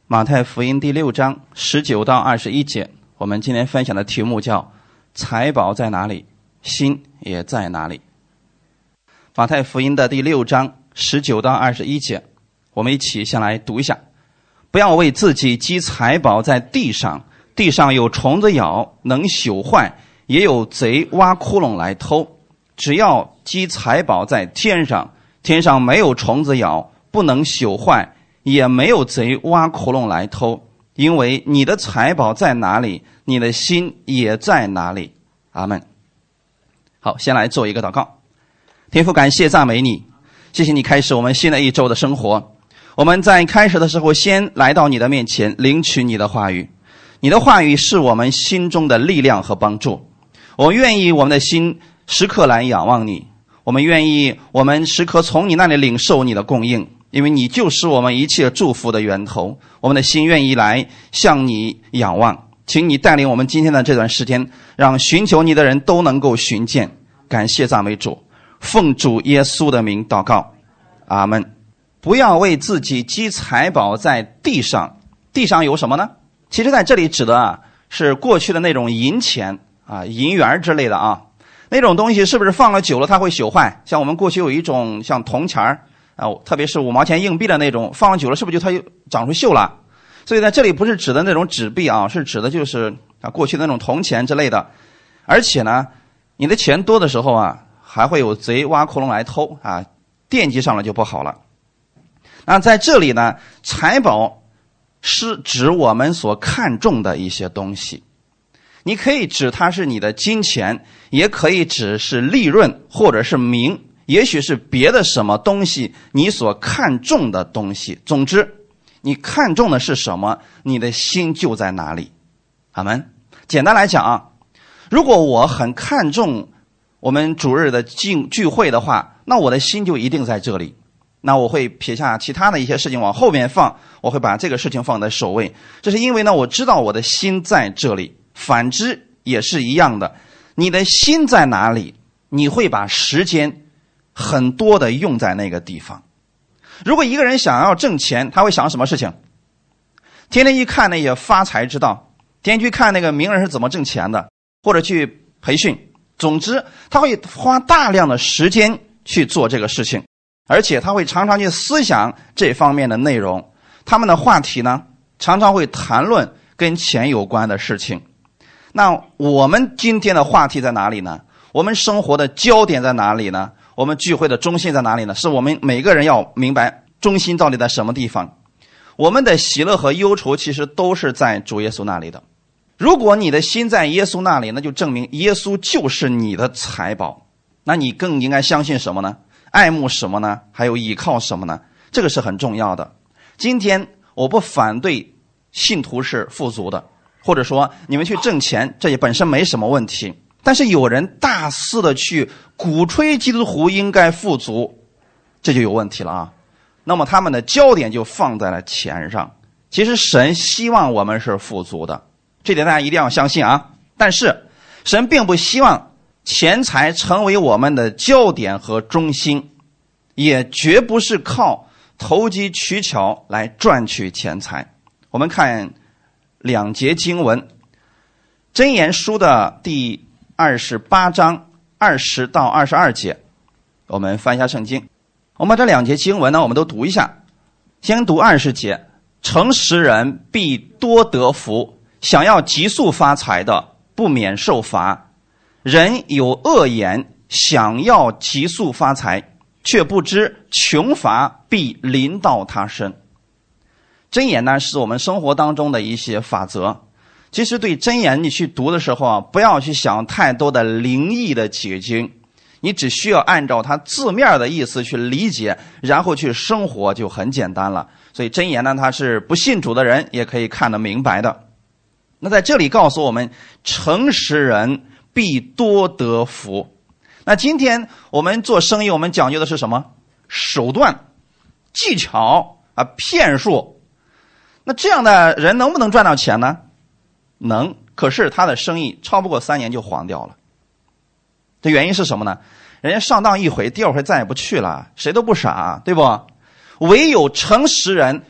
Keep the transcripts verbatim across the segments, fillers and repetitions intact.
马太福音第六章十九到二十一节，我们今天分享的题目叫财宝在哪里，心也在哪里。马太福音的第六章十九到二十一节，我们一起先来读一下。不要为自己积财宝在地上，地上有虫子咬，能朽坏，也有贼挖窟窿来偷。只要积财宝在天上，天上没有虫子咬，不能朽坏，也没有贼挖窟窿来偷。因为你的财宝在哪里，你的心也在哪里。阿们。好，先来做一个祷告。天父，感谢赞美你，谢谢你开始我们新的一周的生活。我们在开始的时候先来到你的面前，领取你的话语。你的话语是我们心中的力量和帮助。我们愿意我们的心时刻来仰望你，我们愿意我们时刻从你那里领受你的供应，因为你就是我们一切祝福的源头。我们的心愿意来向你仰望，请你带领我们今天的这段时间，让寻求你的人都能够寻见。感谢赞美主，奉主耶稣的名祷告，阿们。不要为自己积财宝在地上，地上有什么呢？其实在这里指的啊是过去的那种银钱啊、银元之类的啊，那种东西是不是放了久了它会朽坏？像我们过去有一种像铜钱啊，特别是五毛钱硬币的那种，放了久了是不是就它就长出锈了？所以在这里不是指的那种纸币啊，是指的就是啊过去的那种铜钱之类的。而且呢，你的钱多的时候啊，还会有贼挖窟窿来偷啊，惦记上了就不好了。那在这里呢，财宝是指我们所看重的一些东西。你可以指它是你的金钱，也可以指是利润，或者是名，也许是别的什么东西，你所看重的东西。总之，你看重的是什么，你的心就在哪里。阿们。简单来讲啊，如果我很看重我们主日的聚会的话，那我的心就一定在这里。那我会撇下其他的一些事情往后面放，我会把这个事情放在首位。这是因为呢，我知道我的心在这里。反之也是一样的，你的心在哪里，你会把时间很多的用在那个地方。如果一个人想要挣钱，他会想什么事情？天天去看那些发财之道，天天去看那个名人是怎么挣钱的，或者去培训。总之他会花大量的时间去做这个事情，而且他会常常去思想这方面的内容。他们的话题呢，常常会谈论跟钱有关的事情。那我们今天的话题在哪里呢？我们生活的焦点在哪里呢？我们聚会的中心在哪里呢？是我们每个人要明白中心到底在什么地方。我们的喜乐和忧愁其实都是在主耶稣那里的。如果你的心在耶稣那里，那就证明耶稣就是你的财宝。那你更应该相信什么呢？爱慕什么呢？还有依靠什么呢？这个是很重要的。今天我不反对信徒是富足的，或者说你们去挣钱，这也本身没什么问题。但是有人大肆的去鼓吹基督徒应该富足，这就有问题了啊。那么他们的焦点就放在了钱上。其实神希望我们是富足的，这点大家一定要相信啊。但是神并不希望钱财成为我们的焦点和中心，也绝不是靠投机取巧来赚取钱财。我们看两节经文，箴言书的第二十八章二十到二十二节，我们翻一下圣经。我们把这两节经文呢，我们都读一下。先读二十节，诚实人必多得福，想要急速发财的，不免受罚。人有恶言，想要急速发财，却不知穷乏必临到他身。箴言呢，是我们生活当中的一些法则。其实对箴言你去读的时候啊，不要去想太多的灵异的解经，你只需要按照它字面的意思去理解，然后去生活就很简单了。所以箴言呢，它是不信主的人也可以看得明白的。那在这里告诉我们，诚实人必多得福。那今天我们做生意，我们讲究的是什么？手段、技巧啊，骗术。那这样的人能不能赚到钱呢？能，可是他的生意超不过三年就黄掉了。这原因是什么呢？人家上当一回，第二回再也不去了，谁都不傻，对不？唯有诚实人，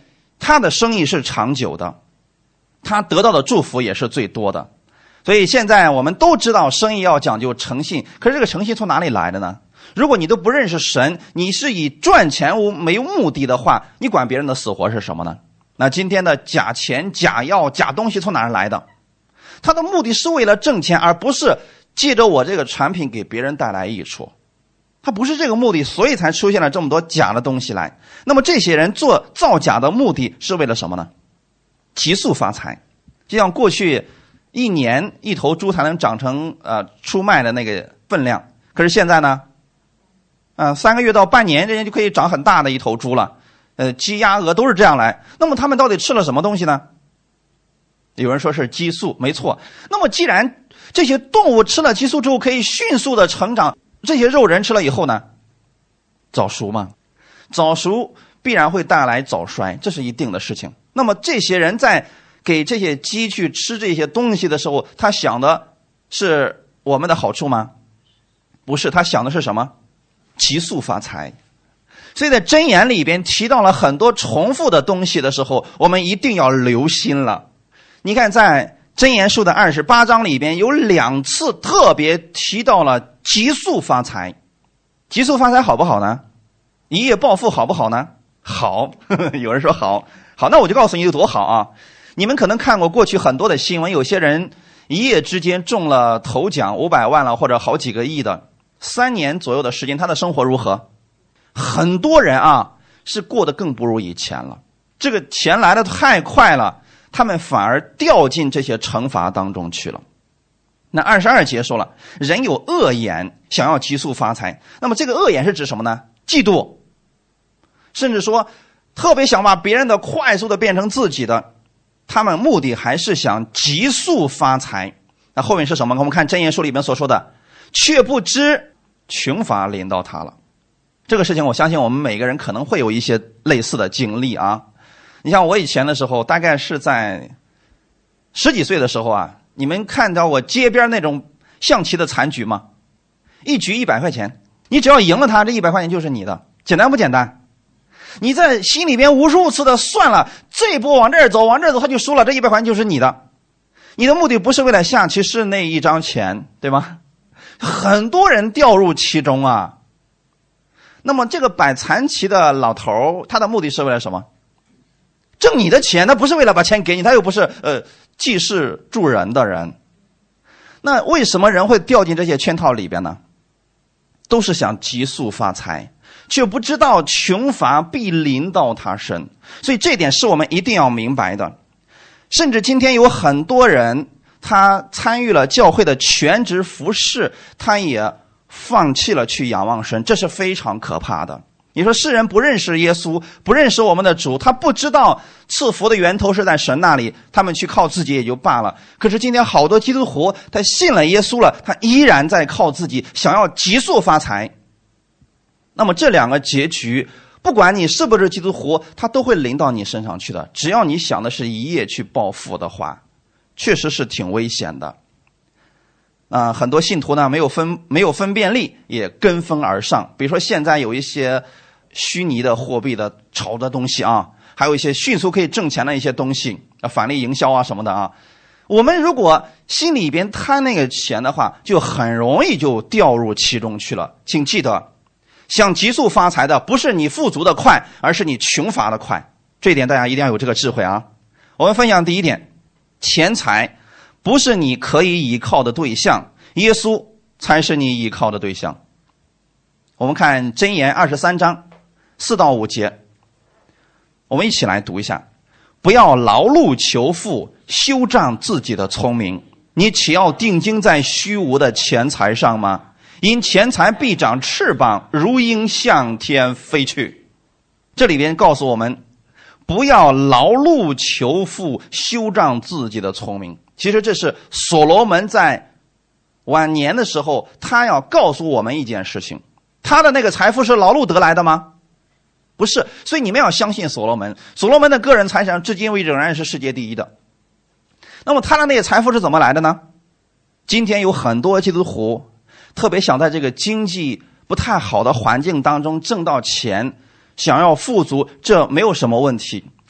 他的生意是长久的，他得到的祝福也是最多的。所以现在我们都知道生意要讲究诚信，可是这个诚信从哪里来的呢？如果你都不认识神，你是以赚钱为目的的话，你管别人的死活是什么呢？那今天的假钱、假药、假东西从哪儿来的？他的目的是为了挣钱，而不是借着我这个产品给别人带来益处。他不是这个目的，所以才出现了这么多假的东西来。那么这些人做造假的目的是为了什么呢？急速发财。就像过去一年一头猪才能长成呃出卖的那个分量，可是现在呢，呃三个月到半年，人家就可以长很大的一头猪了。呃，鸡鸭鹅都是这样来。那么他们到底吃了什么东西呢？有人说是激素，没错。那么既然这些动物吃了激素之后可以迅速的成长，这些肉人吃了以后呢，早熟嘛，早熟必然会带来早衰，这是一定的事情。那么这些人在给这些鸡去吃这些东西的时候，他想的是我们的好处吗？不是，他想的是什么？急速发财。所以在箴言里边提到了很多重复的东西的时候，我们一定要留心了。你看在箴言书的二十八章里边有两次特别提到了急速发财。急速发财好不好呢？一夜暴富好不好呢？好。呵呵，有人说好。好，那我就告诉你有多好啊。你们可能看过过去很多的新闻，有些人一夜之间中了头奖五百万了，或者好几个亿的，三年左右的时间他的生活如何？很多人啊是过得更不如以前了，这个钱来得太快了，他们反而掉进这些惩罚当中去了。那二十二节说了，人有恶眼，想要急速发财。那么这个恶眼是指什么呢？嫉妒，甚至说特别想把别人的快速的变成自己的，他们目的还是想急速发财。那后面是什么？我们看箴言书里面所说的，却不知穷乏临到他了。这个事情我相信我们每个人可能会有一些类似的经历啊。你像我以前的时候，大概是在十几岁的时候啊，你们看到我街边那种象棋的残局吗？一局一百块钱，你只要赢了他，这一百块钱就是你的，简单不简单？你在心里边无数次的算了，这一步往这儿走，往这儿走，他就输了，这一百块钱就是你的。你的目的不是为了下棋是那一张钱，对吗？很多人掉入其中啊。那么这个摆残棋的老头，他的目的是为了什么？挣你的钱，他不是为了把钱给你，他又不是呃济世助人的人。那为什么人会掉进这些圈套里边呢？都是想急速发财，却不知道穷乏必临到他身。所以这点是我们一定要明白的。甚至今天有很多人，他参与了教会的全职服侍，他也放弃了去仰望神，这是非常可怕的。你说世人不认识耶稣，不认识我们的主，他不知道赐福的源头是在神那里，他们去靠自己也就罢了。可是今天好多基督徒，他信了耶稣了，他依然在靠自己，想要急速发财。那么这两个结局，不管你是不是基督徒，他都会临到你身上去的。只要你想的是一夜去暴富的话，确实是挺危险的。啊、呃，很多信徒呢没有分没有分辨力，也跟风而上。比如说现在有一些虚拟的货币的炒的东西啊，还有一些迅速可以挣钱的一些东西，啊，返利营销啊什么的啊。我们如果心里边贪那个钱的话，就很容易就掉入其中去了。请记得，想急速发财的不是你富足的快，而是你穷乏的快。这一点大家一定要有这个智慧啊。我们分享第一点，钱财不是你可以依靠的对象，耶稣才是你依靠的对象。我们看箴言二十三章四到五节，我们一起来读一下。不要劳碌求富，修仗自己的聪明，你岂要定睛在虚无的钱财上吗？因钱财必长翅膀，如鹰向天飞去。这里边告诉我们，不要劳碌求富，修仗自己的聪明。其实这是所罗门在晚年的时候，他要告诉我们一件事情，他的那个财富是劳碌得来的吗？不是。所以你们要相信所罗门，所罗门的个人财产至今为止仍然是世界第一的。那么他的那些财富是怎么来的呢？今天有很多基督徒特别想在这个经济不太好的环境当中挣到钱，想要富足，这没有什么问题。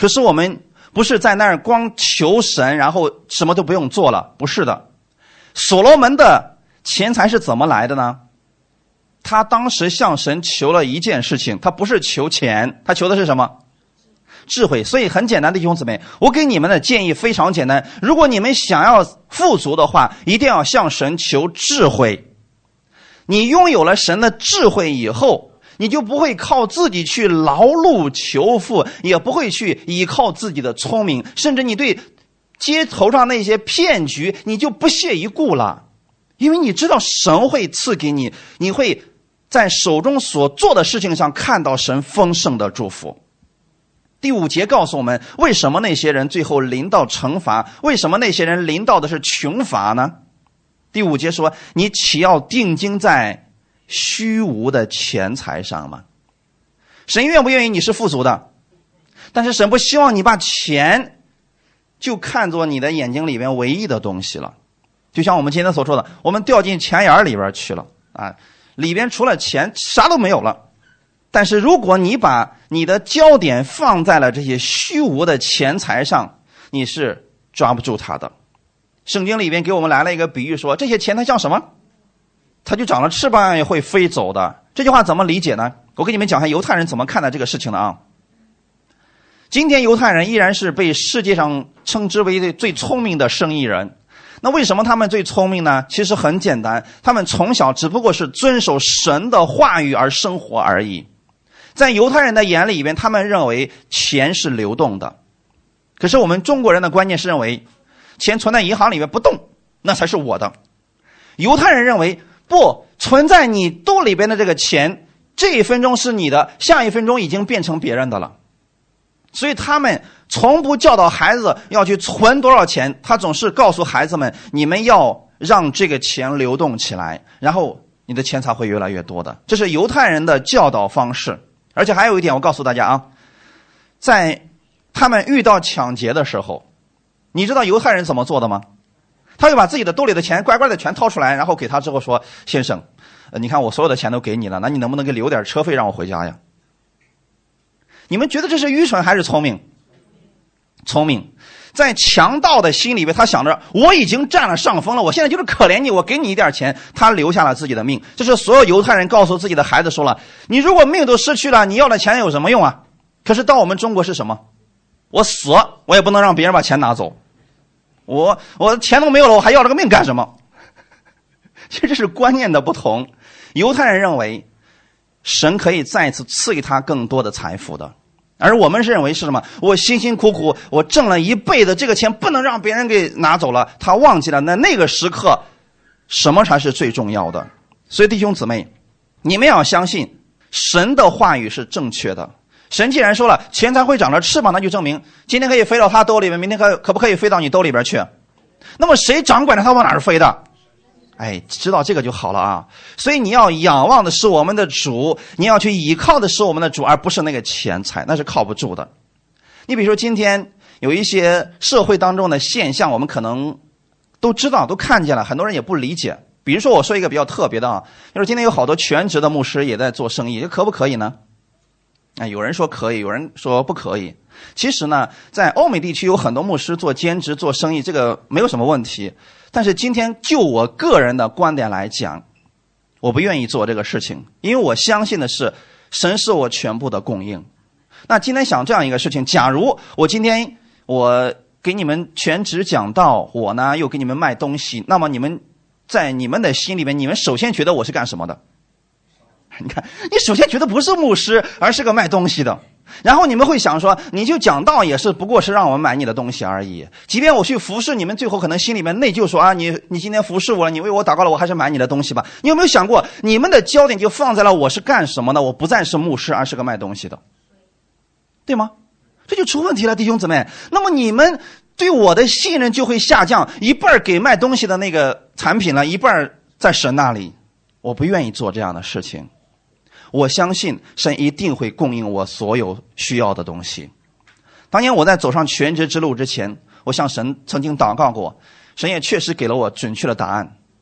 可是我们不是在那儿光求神，然后什么都不用做了，不是的。所罗门的钱财是怎么来的呢？他当时向神求了一件事情，他不是求钱，他求的是什么？智慧。所以很简单的弟兄姊妹，我给你们的建议非常简单，如果你们想要富足的话，一定要向神求智慧。你拥有了神的智慧以后，你就不会靠自己去劳碌求富，也不会去依靠自己的聪明，甚至你对街头上那些骗局你就不屑一顾了，因为你知道神会赐给你，你会在手中所做的事情上看到神丰盛的祝福。第五节告诉我们，为什么那些人最后临到惩罚，为什么那些人临到的是穷乏呢？第五节说，你岂要定睛在虚无的钱财上吗？神愿不愿意你是富足的？但是神不希望你把钱就看作你的眼睛里面唯一的东西了。就像我们今天所说的，我们掉进钱眼里边去了啊，里边除了钱啥都没有了。但是如果你把你的焦点放在了这些虚无的钱财上，你是抓不住它的。圣经里边给我们来了一个比喻，说这些钱它像什么？它就长了翅膀也会飞走的。这句话怎么理解呢？我给你们讲一下犹太人怎么看待这个事情的啊。今天犹太人依然是被世界上称之为最聪明的生意人。那为什么他们最聪明呢？其实很简单，他们从小只不过是遵守神的话语而生活而已。在犹太人的眼里边，他们认为钱是流动的。可是我们中国人的观念是认为钱存在银行里面不动，那才是我的。犹太人认为不，存在你兜里边的这个钱，这一分钟是你的，下一分钟已经变成别人的了。所以他们从不教导孩子要去存多少钱，他总是告诉孩子们，你们要让这个钱流动起来，然后你的钱才会越来越多的。这是犹太人的教导方式。而且还有一点我告诉大家啊，在他们遇到抢劫的时候，你知道犹太人怎么做的吗？他会把自己的兜里的钱乖乖的全掏出来，然后给他之后说，先生，呃，你看我所有的钱都给你了，那你能不能给留点车费让我回家呀？你们觉得这是愚蠢还是聪明？聪明。在强盗的心里边，他想着我已经占了上风了，我现在就是可怜你，我给你一点钱，他留下了自己的命。这是所有犹太人告诉自己的孩子说了，你如果命都失去了，你要的钱有什么用啊？可是到我们中国是什么？我死我也不能让别人把钱拿走，我我钱都没有了，我还要这个命干什么？其实这是观念的不同。犹太人认为神可以再次赐给他更多的财富的，而我们是认为是什么？我辛辛苦苦我挣了一辈子，这个钱不能让别人给拿走了。他忘记了那那个时刻什么才是最重要的。所以弟兄姊妹，你们要相信神的话语是正确的。神既然说了钱财会长着翅膀，那就证明今天可以飞到他兜里面，明天可可不可以飞到你兜里边去？那么谁掌管着他往哪儿飞的？哎，知道这个就好了啊。所以你要仰望的是我们的主，你要去依靠的是我们的主，而不是那个钱财，那是靠不住的。你比如说今天有一些社会当中的现象，我们可能都知道都看见了，很多人也不理解。比如说我说一个比较特别的啊，就是今天有好多全职的牧师也在做生意，可不可以呢？哎，有人说可以，有人说不可以。其实呢，在欧美地区有很多牧师做兼职做生意，这个没有什么问题。但是今天就我个人的观点来讲，我不愿意做这个事情，因为我相信的是神是我全部的供应。那今天想这样一个事情，假如我今天我给你们全职讲道，我呢又给你们卖东西，那么你们在你们的心里面，你们首先觉得我是干什么的？你看，你首先觉得不是牧师，而是个卖东西的。然后你们会想说，你就讲道也是不过是让我们买你的东西而已。即便我去服侍你们，最后可能心里面内疚说啊，你你今天服侍我了，你为我祷告了，我还是买你的东西吧。你有没有想过，你们的焦点就放在了我是干什么的？我不再是牧师，而是个卖东西的，对吗？这就出问题了，弟兄姊妹。那么你们对我的信任就会下降，一半给卖东西的那个产品了，一半在神那里。我不愿意做这样的事情。我相信神一定会供应我所有需要的东西。当年我在走上全职之路之前，我向神曾经祷告过，神也确实给了我准确的答案。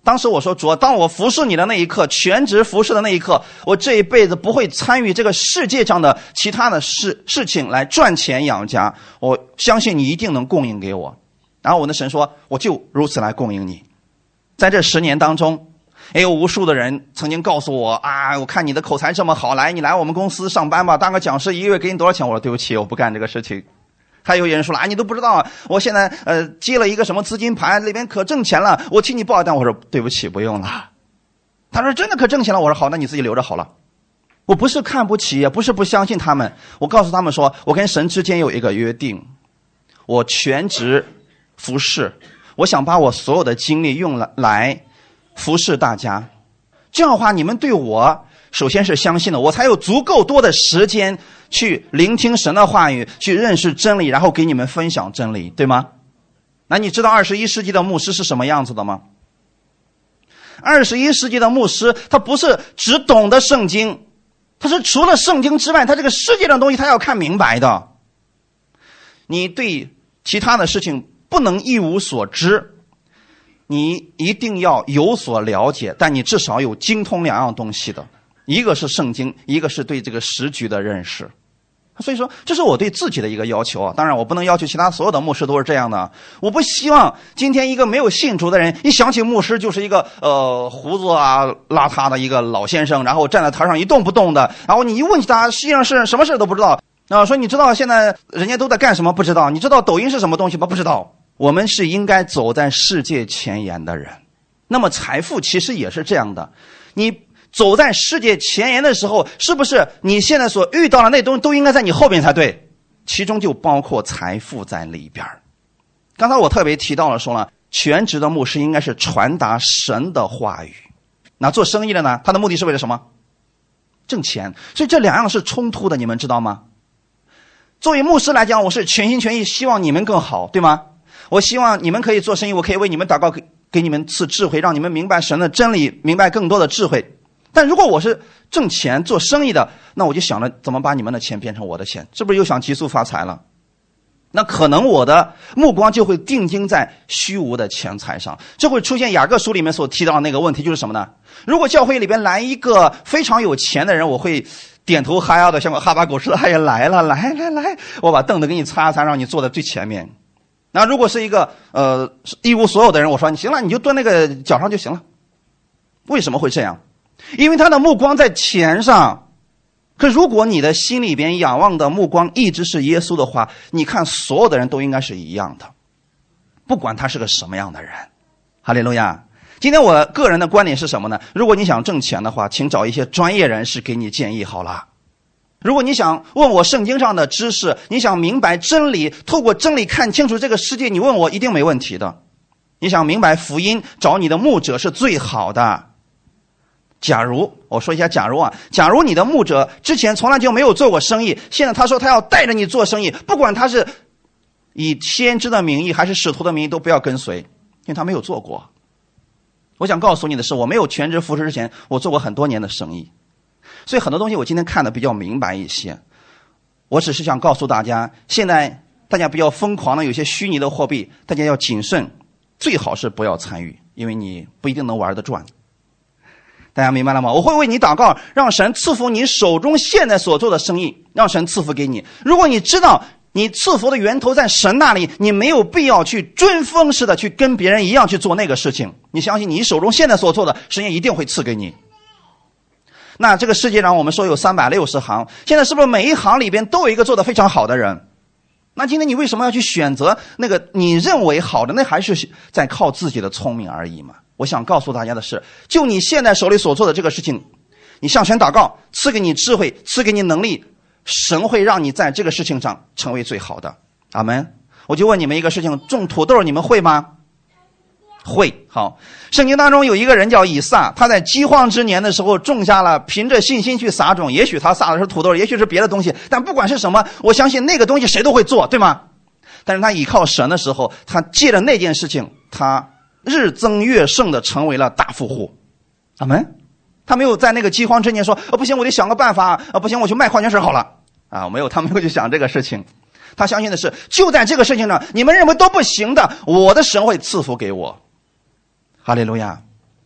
当时我说，主啊，当我服侍你的那一刻，全职服侍的那一刻，我这一辈子不会参与这个世界上的其他的事事情来赚钱养家，我相信你一定能供应给我。然后我的神说，我就如此来供应你。在这十年当中，也有无数的人曾经告诉我啊，我看你的口才这么好，来你来我们公司上班吧，当个讲师，一个月给你多少钱？我说对不起，我不干这个事情。还有人说了啊，你都不知道啊，我现在呃接了一个什么资金盘，里边可挣钱了，我替你报单。我说对不起，不用了。他说真的可挣钱了。我说好，那你自己留着好了。我不是看不起，也不是不相信他们，我告诉他们说，我跟神之间有一个约定，我全职服侍，我想把我所有的精力用来来服侍大家。这样的话，你们对我首先是相信的，我才有足够多的时间去聆听神的话语，去认识真理，然后给你们分享真理，对吗？那你知道二十一世纪的牧师是什么样子的吗？二十一世纪的牧师，他不是只懂得圣经，他是除了圣经之外，他这个世界的东西他要看明白的。你对其他的事情不能一无所知，你一定要有所了解，但你至少有精通两样东西的，一个是圣经，一个是对这个时局的认识。所以说这是我对自己的一个要求啊，当然我不能要求其他所有的牧师都是这样的。我不希望今天一个没有信主的人一想起牧师就是一个呃胡子啊邋遢的一个老先生，然后站在台上一动不动的，然后你一问起他实际上是什么事都不知道啊，说你知道现在人家都在干什么？不知道。你知道抖音是什么东西吗？不知道。我们是应该走在世界前沿的人。那么财富其实也是这样的，你走在世界前沿的时候，是不是你现在所遇到的那东西都应该在你后边才对？其中就包括财富在里边。刚才我特别提到了说了，全职的牧师应该是传达神的话语。那做生意的呢，他的目的是为了什么？挣钱。所以这两样是冲突的，你们知道吗？作为牧师来讲，我是全心全意希望你们更好，对吗？我希望你们可以做生意，我可以为你们祷告，给给你们赐智慧，让你们明白神的真理，明白更多的智慧。但如果我是挣钱做生意的，那我就想着怎么把你们的钱变成我的钱，是不是又想急速发财了？那可能我的目光就会定睛在虚无的钱财上，这会出现雅各书里面所提到的那个问题，就是什么呢？如果教会里边来一个非常有钱的人，我会点头哈腰的，像个哈巴狗似的，哎呀来了，来来来，我把凳子给你擦擦，让你坐在最前面。那如果是一个呃一无所有的人，我说你行了，你就蹲那个脚上就行了。为什么会这样？因为他的目光在钱上。可如果你的心里边仰望的目光一直是耶稣的话，你看所有的人都应该是一样的，不管他是个什么样的人。哈利路亚。今天我个人的观点是什么呢？如果你想挣钱的话，请找一些专业人士给你建议好了。如果你想问我圣经上的知识，你想明白真理，透过真理看清楚这个世界，你问我一定没问题的。你想明白福音，找你的牧者是最好的。假如我说一下假如啊，假如你的牧者之前从来就没有做过生意，现在他说他要带着你做生意，不管他是以先知的名义还是使徒的名义，都不要跟随，因为他没有做过。我想告诉你的是，我没有全职服侍之前，我做过很多年的生意，所以很多东西我今天看得比较明白一些。我只是想告诉大家，现在大家比较疯狂的有些虚拟的货币，大家要谨慎，最好是不要参与，因为你不一定能玩得转。大家明白了吗？我会为你祷告，让神赐福你手中现在所做的生意，让神赐福给你。如果你知道你赐福的源头在神那里，你没有必要去追风似的去跟别人一样去做那个事情。你相信你手中现在所做的，神也一定会赐给你。那这个世界上我们说有三百六十行，现在是不是每一行里边都有一个做得非常好的人？那今天你为什么要去选择那个你认为好的？那还是在靠自己的聪明而已嘛。我想告诉大家的是，就你现在手里所做的这个事情，你向神祷告，赐给你智慧，赐给你能力，神会让你在这个事情上成为最好的。阿们。我就问你们一个事情，种土豆你们会吗？会。好，圣经当中有一个人叫以撒，他在饥荒之年的时候种下了，凭着信心去撒种，也许他撒的是土豆，也许是别的东西，但不管是什么，我相信那个东西谁都会做，对吗？但是他倚靠神的时候，他借着那件事情，他日增月盛的成为了大富户。阿们。他没有在那个饥荒之年说，哦不行，我得想个办法，哦不行，我去卖矿泉水好了啊，没有，他没有去想这个事情。他相信的是，就在这个事情上，你们认为都不行的，我的神会赐福给我。哈利路亚。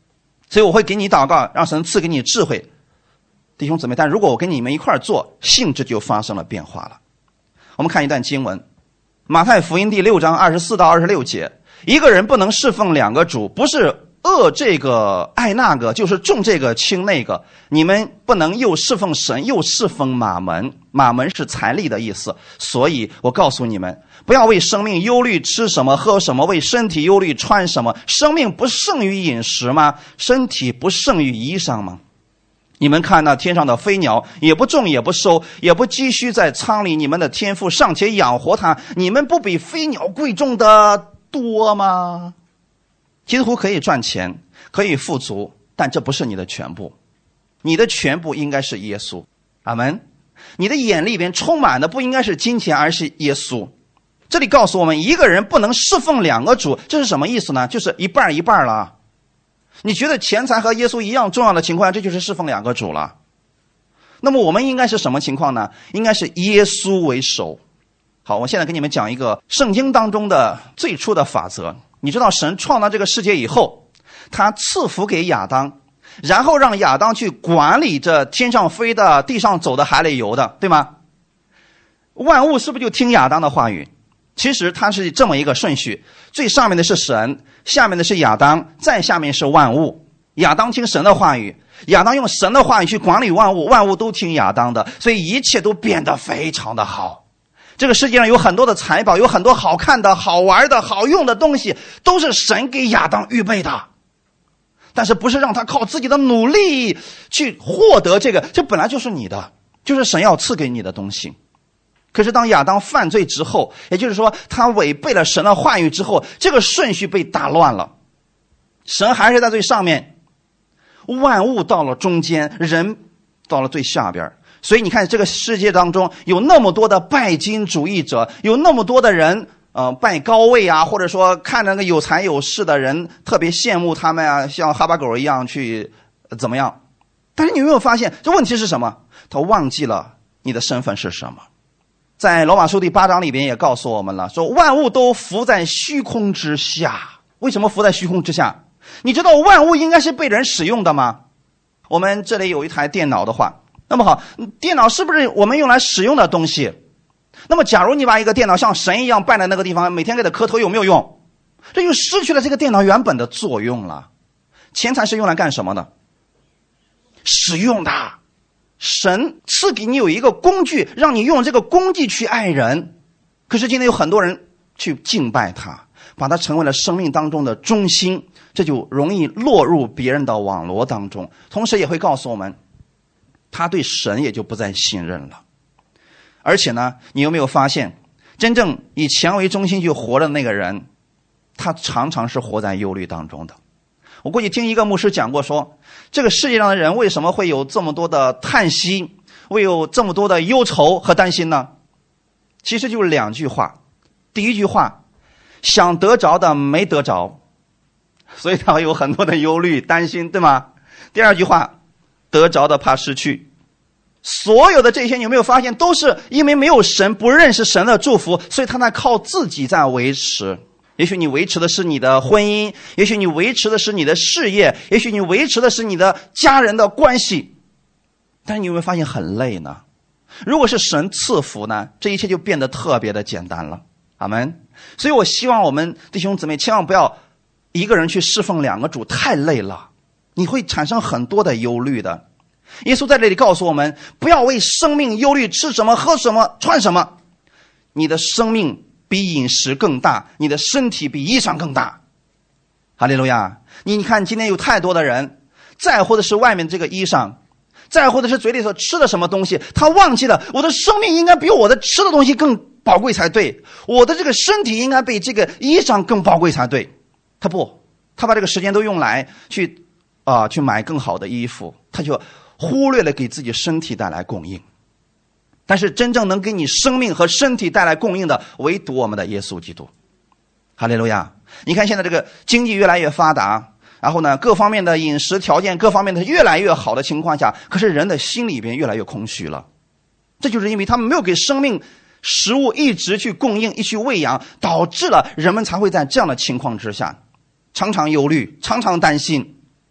所以我会给你祷告，让神赐给你智慧，弟兄姊妹。但如果我跟你们一块做，性质就发生了变化了。我们看一段经文，马太福音第六章二十四到二十六节，一个人不能侍奉两个主，不是恶这个爱那个，就是重这个轻那个。你们不能又侍奉神又侍奉马门，马门是财力的意思。所以我告诉你们，不要为生命忧虑吃什么喝什么，为身体忧虑穿什么。生命不胜于饮食吗？身体不胜于衣裳吗？你们看那天上的飞鸟，也不种也不收，也不积蓄在仓里，你们的天父尚且养活它，你们不比飞鸟贵重的多吗？基督徒可以赚钱，可以富足，但这不是你的全部。你的全部应该是耶稣。阿们。你的眼里边充满的不应该是金钱，而是耶稣。这里告诉我们，一个人不能侍奉两个主，这是什么意思呢？就是一半一半了。你觉得钱财和耶稣一样重要的情况下，这就是侍奉两个主了。那么我们应该是什么情况呢？应该是耶稣为首。好，我现在给你们讲一个圣经当中的最初的法则。你知道神创造这个世界以后，他赐福给亚当，然后让亚当去管理着天上飞的、地上走的、海里游的，对吗？万物是不是就听亚当的话语？其实它是这么一个顺序，最上面的是神，下面的是亚当，再下面是万物。亚当听神的话语，亚当用神的话语去管理万物，万物都听亚当的，所以一切都变得非常的好。这个世界上有很多的财宝，有很多好看的、好玩的、好用的东西，都是神给亚当预备的。但是不是让他靠自己的努力去获得这个，这本来就是你的，就是神要赐给你的东西。可是当亚当犯罪之后，也就是说他违背了神的话语之后，这个顺序被打乱了。神还是在最上面，万物到了中间，人到了最下边。所以你看这个世界当中有那么多的拜金主义者，有那么多的人呃，拜高位啊，或者说看那个有财有势的人特别羡慕他们啊，像哈巴狗一样去、呃、怎么样。但是你有没有发现这问题是什么？他忘记了你的身份是什么。在罗马书第八章里边也告诉我们了，说万物都伏在虚空之下。为什么伏在虚空之下？你知道万物应该是被人使用的吗？我们这里有一台电脑的话，那么好，电脑是不是我们用来使用的东西？那么假如你把一个电脑像神一样摆在那个地方，每天给它磕头，有没有用？这就失去了这个电脑原本的作用了。钱财是用来干什么的？使用的。神赐给你有一个工具，让你用这个工具去爱人。可是今天有很多人去敬拜他，把它成为了生命当中的中心，这就容易落入别人的网罗当中。同时也会告诉我们，他对神也就不再信任了。而且呢，你有没有发现，真正以钱为中心去活的那个人，他常常是活在忧虑当中的。我过去听一个牧师讲过说，这个世界上的人为什么会有这么多的叹息，会有这么多的忧愁和担心呢？其实就是两句话。第一句话，想得着的没得着，所以他会有很多的忧虑担心，对吗？第二句话，得着的怕失去。所有的这些你有没有发现，都是因为没有神，不认识神的祝福，所以他在靠自己在维持。也许你维持的是你的婚姻，也许你维持的是你的事业，也许你维持的是你的家人的关系，但是你有没有发现很累呢？如果是神赐福呢，这一切就变得特别的简单了。阿们。所以我希望我们弟兄姊妹千万不要一个人去侍奉两个主，太累了，你会产生很多的忧虑的。耶稣在这里告诉我们，不要为生命忧虑，吃什么喝什么穿什么。你的生命比饮食更大，你的身体比衣裳更大。哈利路亚。你你看今天有太多的人在乎的是外面这个衣裳，在乎的是嘴里所吃的什么东西，他忘记了我的生命应该比我的吃的东西更宝贵才对，我的这个身体应该比这个衣裳更宝贵才对。他不，他把这个时间都用来去啊、呃、去买更好的衣服，他就忽略了给自己身体带来供应。但是真正能给你生命和身体带来供应的，唯独我们的耶稣基督。哈利路亚。你看现在这个经济越来越发达，然后呢各方面的饮食条件各方面的越来越好的情况下，可是人的心里边越来越空虚了。这就是因为他们没有给生命食物一直去供应，一去喂养，导致了人们才会在这样的情况之下常常忧虑，常常担心。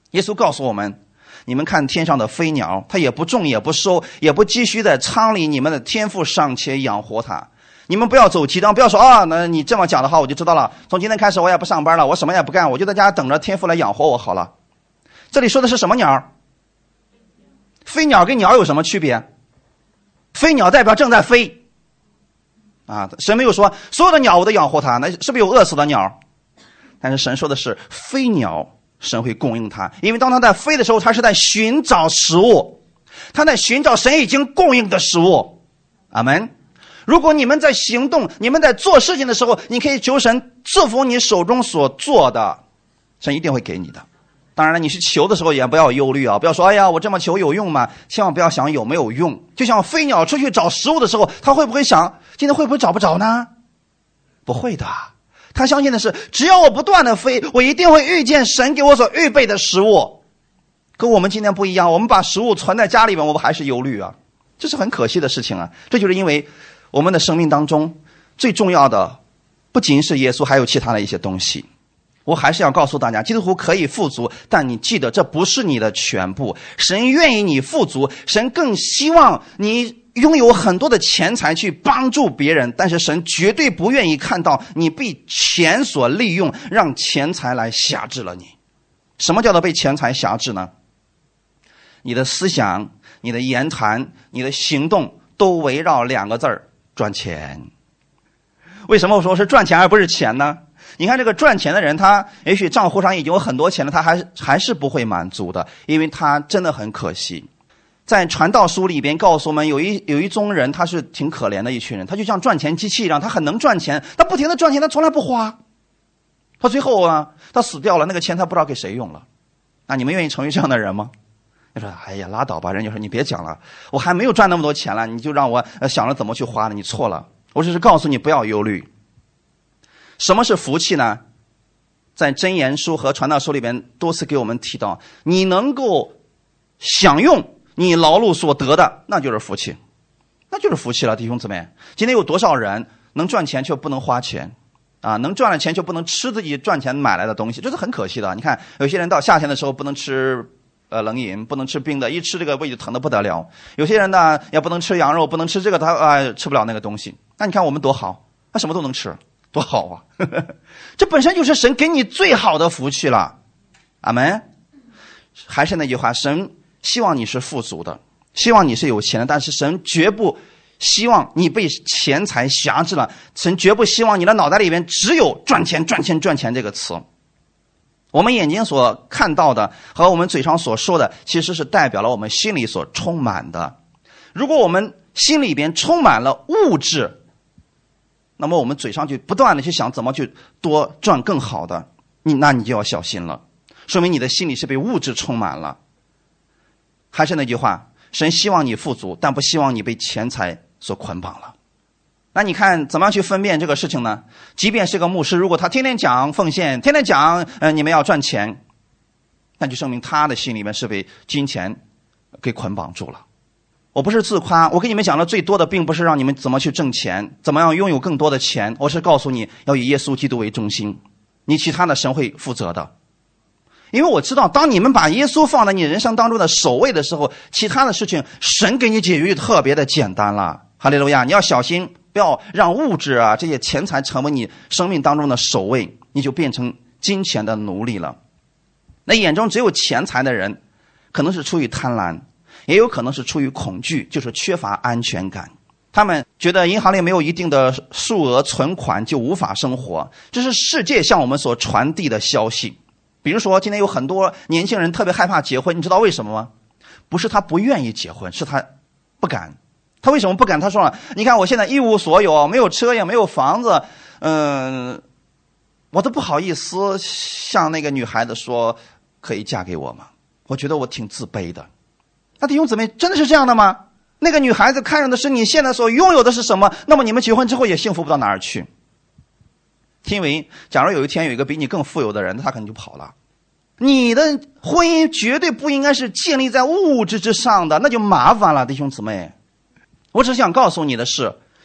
耶稣告诉我们，你们看天上的飞鸟，它也不种也不收，也不积蓄在仓里，你们的天父尚且养活它。你们不要走极端，不要说啊，那你这么讲的话我就知道了，从今天开始我也不上班了，我什么也不干，我就在家等着天父来养活我好了。这里说的是什么鸟？飞鸟跟鸟有什么区别？飞鸟代表正在飞啊，神没有说所有的鸟我都养活它，那是不是有饿死的鸟？但是神说的是飞鸟神会供应它，因为当它在飞的时候，它是在寻找食物，它在寻找神已经供应的食物。阿们。如果你们在行动，你们在做事情的时候，你可以求神赐福你手中所做的，神一定会给你的。当然了，你去求的时候也不要忧虑啊，不要说哎呀我这么求有用吗？千万不要想有没有用。就像飞鸟出去找食物的时候，他会不会想今天会不会找不着呢？不会的，他相信的是只要我不断的飞，我一定会遇见神给我所预备的食物。跟我们今天不一样，我们把食物存在家里面，我们还是忧虑啊，这是很可惜的事情啊。这就是因为我们的生命当中最重要的不仅是耶稣，还有其他的一些东西。我还是要告诉大家，基督徒可以富足，但你记得这不是你的全部。神愿意你富足，神更希望你拥有很多的钱财去帮助别人，但是神绝对不愿意看到你被钱所利用，让钱财来辖制了你。什么叫做被钱财辖制呢？你的思想、你的言谈、你的行动都围绕两个字儿：赚钱。为什么我说是赚钱而不是钱呢？你看这个赚钱的人，他也许账户上已经有很多钱了，他还还是不会满足的，因为他真的很可惜。在传道书里边告诉我们，有一有一宗人，他是挺可怜的一群人，他就像赚钱机器一样，他很能赚钱，他不停的赚钱，他从来不花。他最后啊，他死掉了，那个钱他不知道给谁用了。那你们愿意成为这样的人吗？你说哎呀拉倒吧，人就说你别讲了，我还没有赚那么多钱了，你就让我想着怎么去花呢？你错了，我只是告诉你不要忧虑。什么是福气呢？在箴言书和传道书里边多次给我们提到，你能够享用你劳碌所得的，那就是福气，那就是福气了。弟兄姊妹，今天有多少人能赚钱却不能花钱啊？能赚了钱却不能吃自己赚钱买来的东西，这是很可惜的。你看有些人到夏天的时候不能吃呃冷饮，不能吃冰的，一吃这个胃就疼得不得了。有些人呢也不能吃羊肉，不能吃这个，他啊、呃、吃不了那个东西。那你看我们多好，他什么都能吃，多好啊。这本身就是神给你最好的福气了。阿们。还是那句话，神希望你是富足的，希望你是有钱的，但是神绝不希望你被钱财辖制了，神绝不希望你的脑袋里面只有赚钱赚钱赚钱这个词。我们眼睛所看到的和我们嘴上所说的，其实是代表了我们心里所充满的。如果我们心里边充满了物质，那么我们嘴上就不断的去想怎么去多赚更好的，你那你就要小心了，说明你的心里是被物质充满了。还是那句话，神希望你富足，但不希望你被钱财所捆绑了。那你看怎么样去分辨这个事情呢？即便是个牧师，如果他天天讲奉献，天天讲呃你们要赚钱，那就证明他的心里面是被金钱给捆绑住了。我不是自夸，我跟你们讲的最多的并不是让你们怎么去挣钱，怎么样拥有更多的钱，我是告诉你要以耶稣基督为中心，你其他的神会负责的。因为我知道当你们把耶稣放在你人生当中的首位的时候，其他的事情神给你解决特别的简单了。哈利路亚！你要小心，不要让物质啊这些钱财成为你生命当中的首位，你就变成金钱的奴隶了。那眼中只有钱财的人，可能是出于贪婪，也有可能是出于恐惧，就是缺乏安全感。他们觉得银行里没有一定的数额存款就无法生活，这是世界向我们所传递的消息。比如说今天有很多年轻人特别害怕结婚，你知道为什么吗？不是他不愿意结婚，是他不敢。他为什么不敢？他说了，你看我现在一无所有，没有车也没有房子，嗯、呃，我都不好意思向那个女孩子说可以嫁给我吗？我觉得我挺自卑的。那弟兄姊妹，真的是这样的吗？那个女孩子看上的是你现在所拥有的是什么，那么你们结婚之后也幸福不到哪儿去。因为假如有一天有一个比你更富有的人，他可能就跑了。你的婚姻绝对不应该是建立在物质之上的，那就麻烦了。弟兄姊妹，我只想告诉你的是，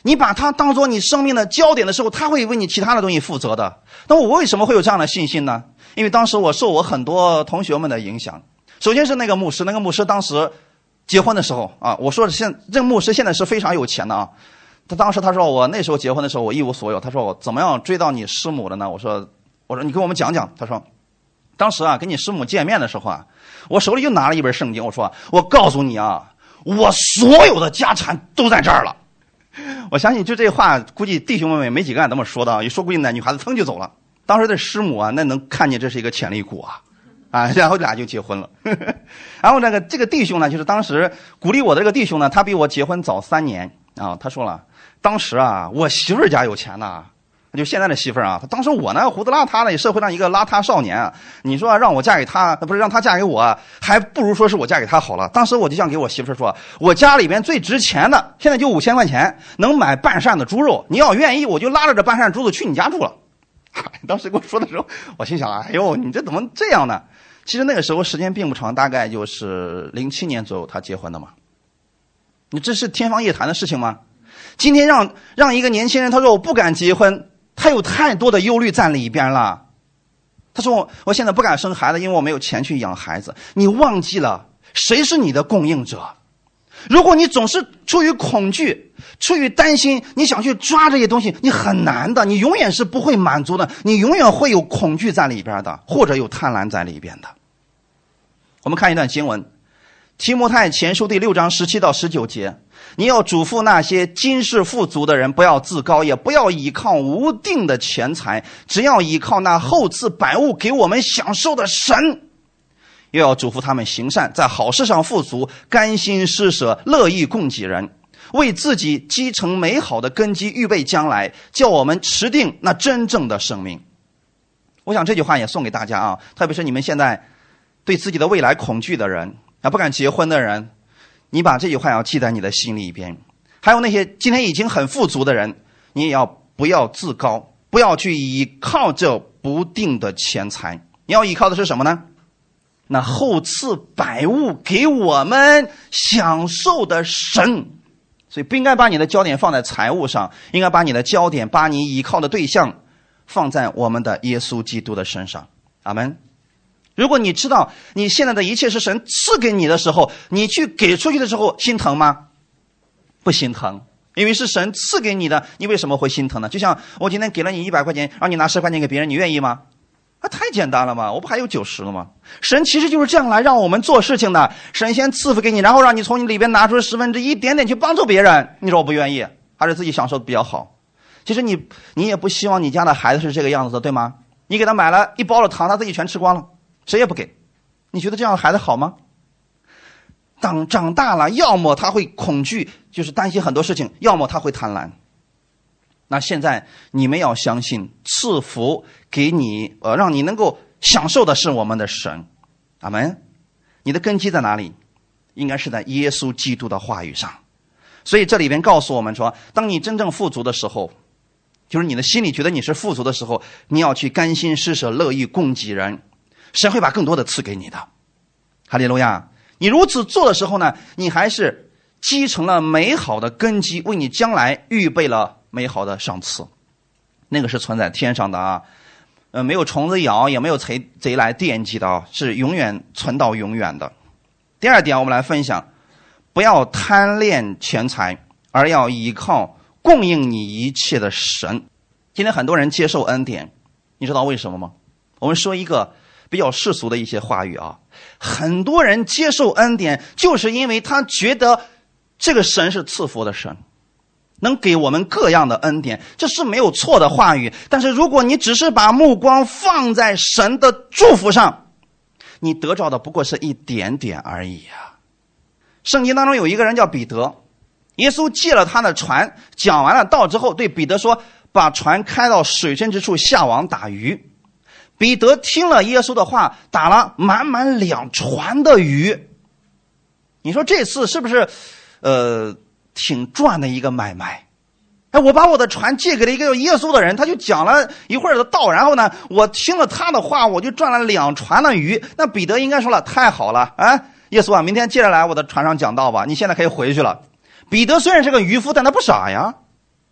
你把他当做你生命的焦点的时候，他会为你其他的东西负责的。那我为什么会有这样的信心呢？因为当时我受我很多同学们的影响。首先是那个牧师，那个牧师当时结婚的时候啊，我说现这个牧师现在是非常有钱的啊。他当时他说我那时候结婚的时候我一无所有，他说我怎么样追到你师母的呢？我说我说你给我们讲讲。他说当时啊跟你师母见面的时候啊，我手里就拿了一本圣经，我说我告诉你啊，我所有的家产都在这儿了。我相信就这话估计弟兄们没几个敢这么说的，一说估计那女孩子噌就走了。当时的师母啊那能看见这是一个潜力股啊啊，然后俩就结婚了。然后那个这个弟兄呢，就是当时鼓励我的这个弟兄呢，他比我结婚早三年啊。他说了，当时啊我媳妇儿家有钱呐，就现在的媳妇儿啊，他当时我呢胡子邋遢的，社会上一个邋遢少年啊，你说让我嫁给他，不是让他嫁给我，还不如说是我嫁给他好了。当时我就想给我媳妇儿说，我家里边最值钱的现在就五千块钱，能买半扇的猪肉，你要愿意我就拉着这半扇猪子去你家住了。当时跟我说的时候，我心想，哎呦，你这怎么这样呢？其实那个时候时间并不长，大概就是零七年左右他结婚的嘛。你这是天方夜谭的事情吗？今天让让一个年轻人他说我不敢结婚，他有太多的忧虑在里边了。他说我我现在不敢生孩子，因为我没有钱去养孩子。你忘记了谁是你的供应者？如果你总是出于恐惧，出于担心，你想去抓这些东西，你很难的，你永远是不会满足的，你永远会有恐惧在里边的，或者有贪婪在里边的。我们看一段经文，提摩太前书第六章十七到十九节，你要嘱咐那些今世富足的人，不要自高，也不要倚靠无定的钱财，只要倚靠那厚赐百物给我们享受的神。又要嘱咐他们行善，在好事上富足，甘心施舍，乐意供给人，为自己积成美好的根基，预备将来，叫我们持定那真正的生命。我想这句话也送给大家啊，特别是你们现在对自己的未来恐惧的人啊，不敢结婚的人，你把这句话要记在你的心里边。还有那些今天已经很富足的人，你也要不要自高，不要去依靠这不定的钱财，你要依靠的是什么呢？那厚赐百物给我们享受的神。所以不应该把你的焦点放在财务上，应该把你的焦点，把你依靠的对象放在我们的耶稣基督的身上。阿们。如果你知道你现在的一切是神赐给你的时候，你去给出去的时候心疼吗？不心疼，因为是神赐给你的，你为什么会心疼呢？就像我今天给了你一百块钱，让你拿十块钱给别人，你愿意吗？啊，太简单了嘛，我不还有九十了吗？神其实就是这样来让我们做事情的，神先赐福给你，然后让你从你里边拿出十分之一点点去帮助别人。你说我不愿意，还是自己享受的比较好？其实你你也不希望你家的孩子是这个样子的，对吗？你给他买了一包的糖，他自己全吃光了，谁也不给，你觉得这样的孩子好吗？当长大了，要么他会恐惧，就是担心很多事情，要么他会贪婪。那现在你们要相信，赐福给你，呃，让你能够享受的是我们的神。阿们。你的根基在哪里？应该是在耶稣基督的话语上。所以这里边告诉我们说，当你真正富足的时候，就是你的心里觉得你是富足的时候，你要去甘心施舍，乐意供给人，神会把更多的赐给你的。哈利路亚。你如此做的时候呢，你还是积成了美好的根基，为你将来预备了美好的赏赐。那个是存在天上的啊，呃，没有虫子咬，也没有贼贼来惦记的啊，是永远存到永远的。第二点，我们来分享，不要贪恋钱财，而要依靠供应你一切的神。今天很多人接受恩典，你知道为什么吗？我们说一个比较世俗的一些话语啊，很多人接受恩典，就是因为他觉得这个神是赐福的神，能给我们各样的恩典，这是没有错的话语。但是如果你只是把目光放在神的祝福上，你得着的不过是一点点而已啊。圣经当中有一个人叫彼得，耶稣借了他的船，讲完了道之后，对彼得说，把船开到水深之处，下网打鱼。彼得听了耶稣的话，打了满满两船的鱼。你说这次是不是呃挺赚的一个买卖？哎，我把我的船借给了一个耶稣的人，他就讲了一会儿的道，然后呢，我听了他的话，我就赚了两船的鱼。那彼得应该说了，太好了啊，耶稣啊，明天接着来我的船上讲道吧，你现在可以回去了。彼得虽然是个渔夫，但他不傻呀，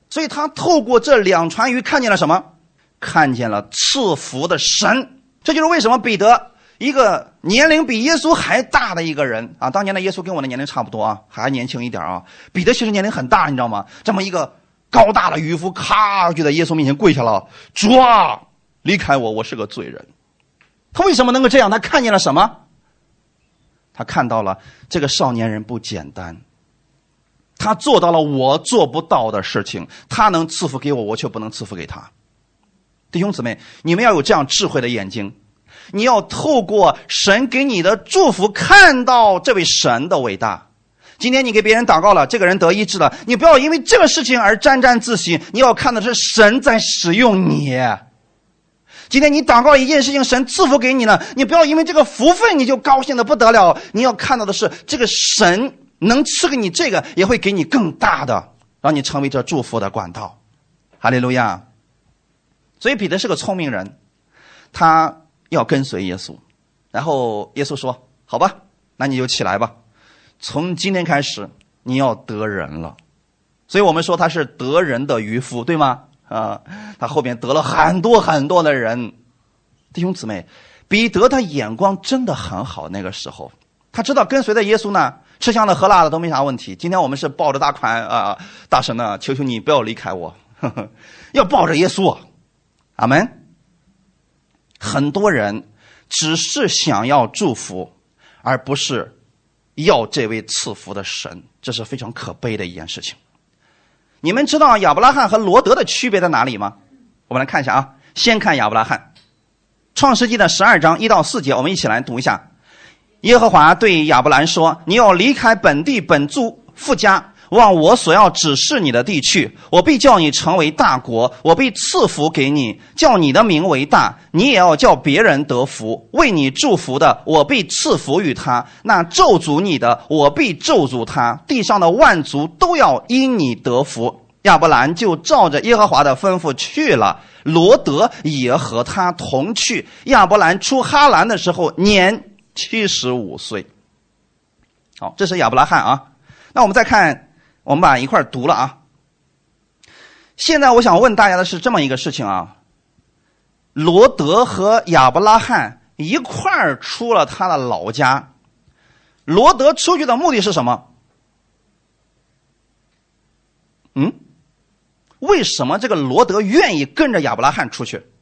所以他透过这两船鱼看见了什么？看见了赐福的神。这就是为什么彼得，一个年龄比耶稣还大的一个人啊，当年的耶稣跟我的年龄差不多啊，还年轻一点啊。彼得其实年龄很大，你知道吗？这么一个高大的渔夫，咔就在耶稣面前跪下了，主啊，离开我，我是个罪人。他为什么能够这样？他看见了什么？他看到了这个少年人不简单，他做到了我做不到的事情，他能赐福给我，我却不能赐福给他。弟兄姊妹，你们要有这样智慧的眼睛，你要透过神给你的祝福看到这位神的伟大。今天你给别人祷告了，这个人得医治了，你不要因为这个事情而沾沾自喜，你要看的是神在使用你。今天你祷告一件事情，神赐福给你了，你不要因为这个福分你就高兴的不得了，你要看到的是这个神能赐给你这个，也会给你更大的，让你成为这祝福的管道。哈利路亚。所以彼得是个聪明人，他要跟随耶稣。然后耶稣说，好吧，那你就起来吧，从今天开始你要得人了。所以我们说他是得人的渔夫，对吗？啊，他后面得了很多很多的人。弟兄姊妹，彼得他眼光真的很好，那个时候他知道跟随的耶稣呢，吃香的喝辣的都没啥问题。今天我们是抱着大款啊，大神呢，求求你不要离开我，呵呵，要抱着耶稣。阿们。很多人只是想要祝福，而不是要这位赐福的神，这是非常可悲的一件事情。你们知道亚伯拉罕和罗德的区别在哪里吗？我们来看一下啊，先看亚伯拉罕。创世纪的十二章一到四节，我们一起来读一下。耶和华对亚伯兰说，你要离开本地本族父家，往我所要指示你的地去，我必叫你成为大国，我必赐福给你，叫你的名为大，你也要叫别人得福。为你祝福的，我必赐福于他；那咒诅你的，我必咒诅他。地上的万族都要因你得福。亚伯兰就照着耶和华的吩咐去了，罗德也和他同去。亚伯兰出哈兰的时候年七十五岁。好，这是亚伯拉罕啊。那我们再看，我们把一块读了啊。现在我想问大家的是这么一个事情啊，罗德和亚伯拉罕一块儿出了他的老家，罗德出去的目的是什么？嗯，为什么这个罗德愿意跟着亚伯拉罕出去？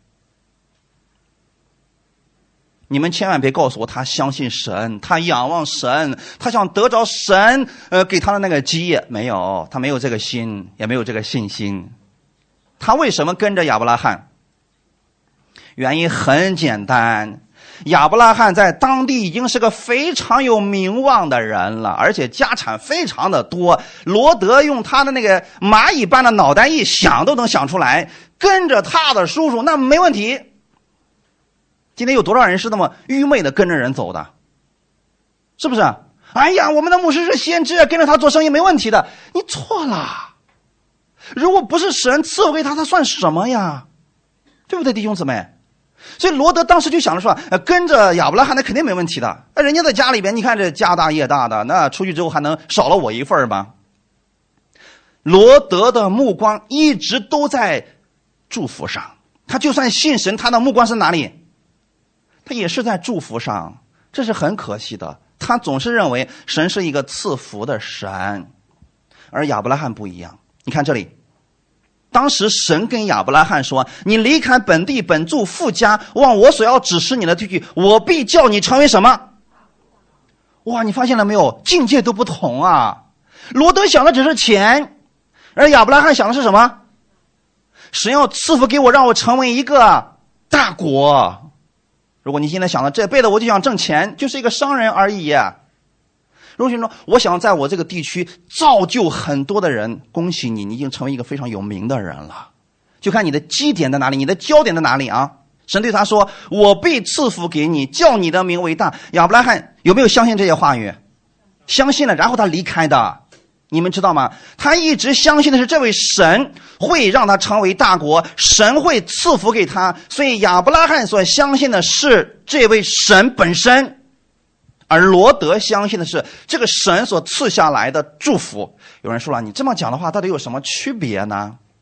你们千万别告诉我他相信神，他仰望神，他想得着神呃给他的那个基业。没有，他没有这个心，也没有这个信心。他为什么跟着亚伯拉罕？原因很简单，亚伯拉罕在当地已经是个非常有名望的人了，而且家产非常的多。罗德用他的那个蚂蚁般的脑袋一想都能想出来，跟着他的叔叔那没问题。今天有多少人是那么愚昧的跟着人走的？是不是？哎呀，我们的牧师是先知，跟着他做生意没问题的。你错了，如果不是神赐福给他，他算什么呀？对不对，弟兄姊妹？所以罗德当时就想着说，呃、跟着亚伯拉罕那肯定没问题的。人家在家里边，你看这家大业大的，那出去之后还能少了我一份吗？罗德的目光一直都在祝福上，他就算信神，他的目光是哪里？他也是在祝福上，这是很可惜的。他总是认为神是一个赐福的神，而亚伯拉罕不一样。你看这里，当时神跟亚伯拉罕说，你离开本地本族父家，往我所要指示你的地区，我必叫你成为什么？哇，你发现了没有？境界都不同啊。罗德想的只是钱，而亚伯拉罕想的是什么？神要赐福给我，让我成为一个大国。如果你现在想的这辈子我就想挣钱，就是一个商人而已。如果你说我想在我这个地区造就很多的人，恭喜你，你已经成为一个非常有名的人了。就看你的基点在哪里，你的焦点在哪里啊？神对他说，我必赐福给你，叫你的名为大。亚伯拉罕有没有相信这些话语？相信了，然后他离开的。你们知道吗？他一直相信的是这位神会让他成为大国，神会赐福给他，所以亚伯拉罕所相信的是这位神本身，而罗德相信的是这个神所赐下来的祝福。有人说了，你这么讲的话到底有什么区别呢？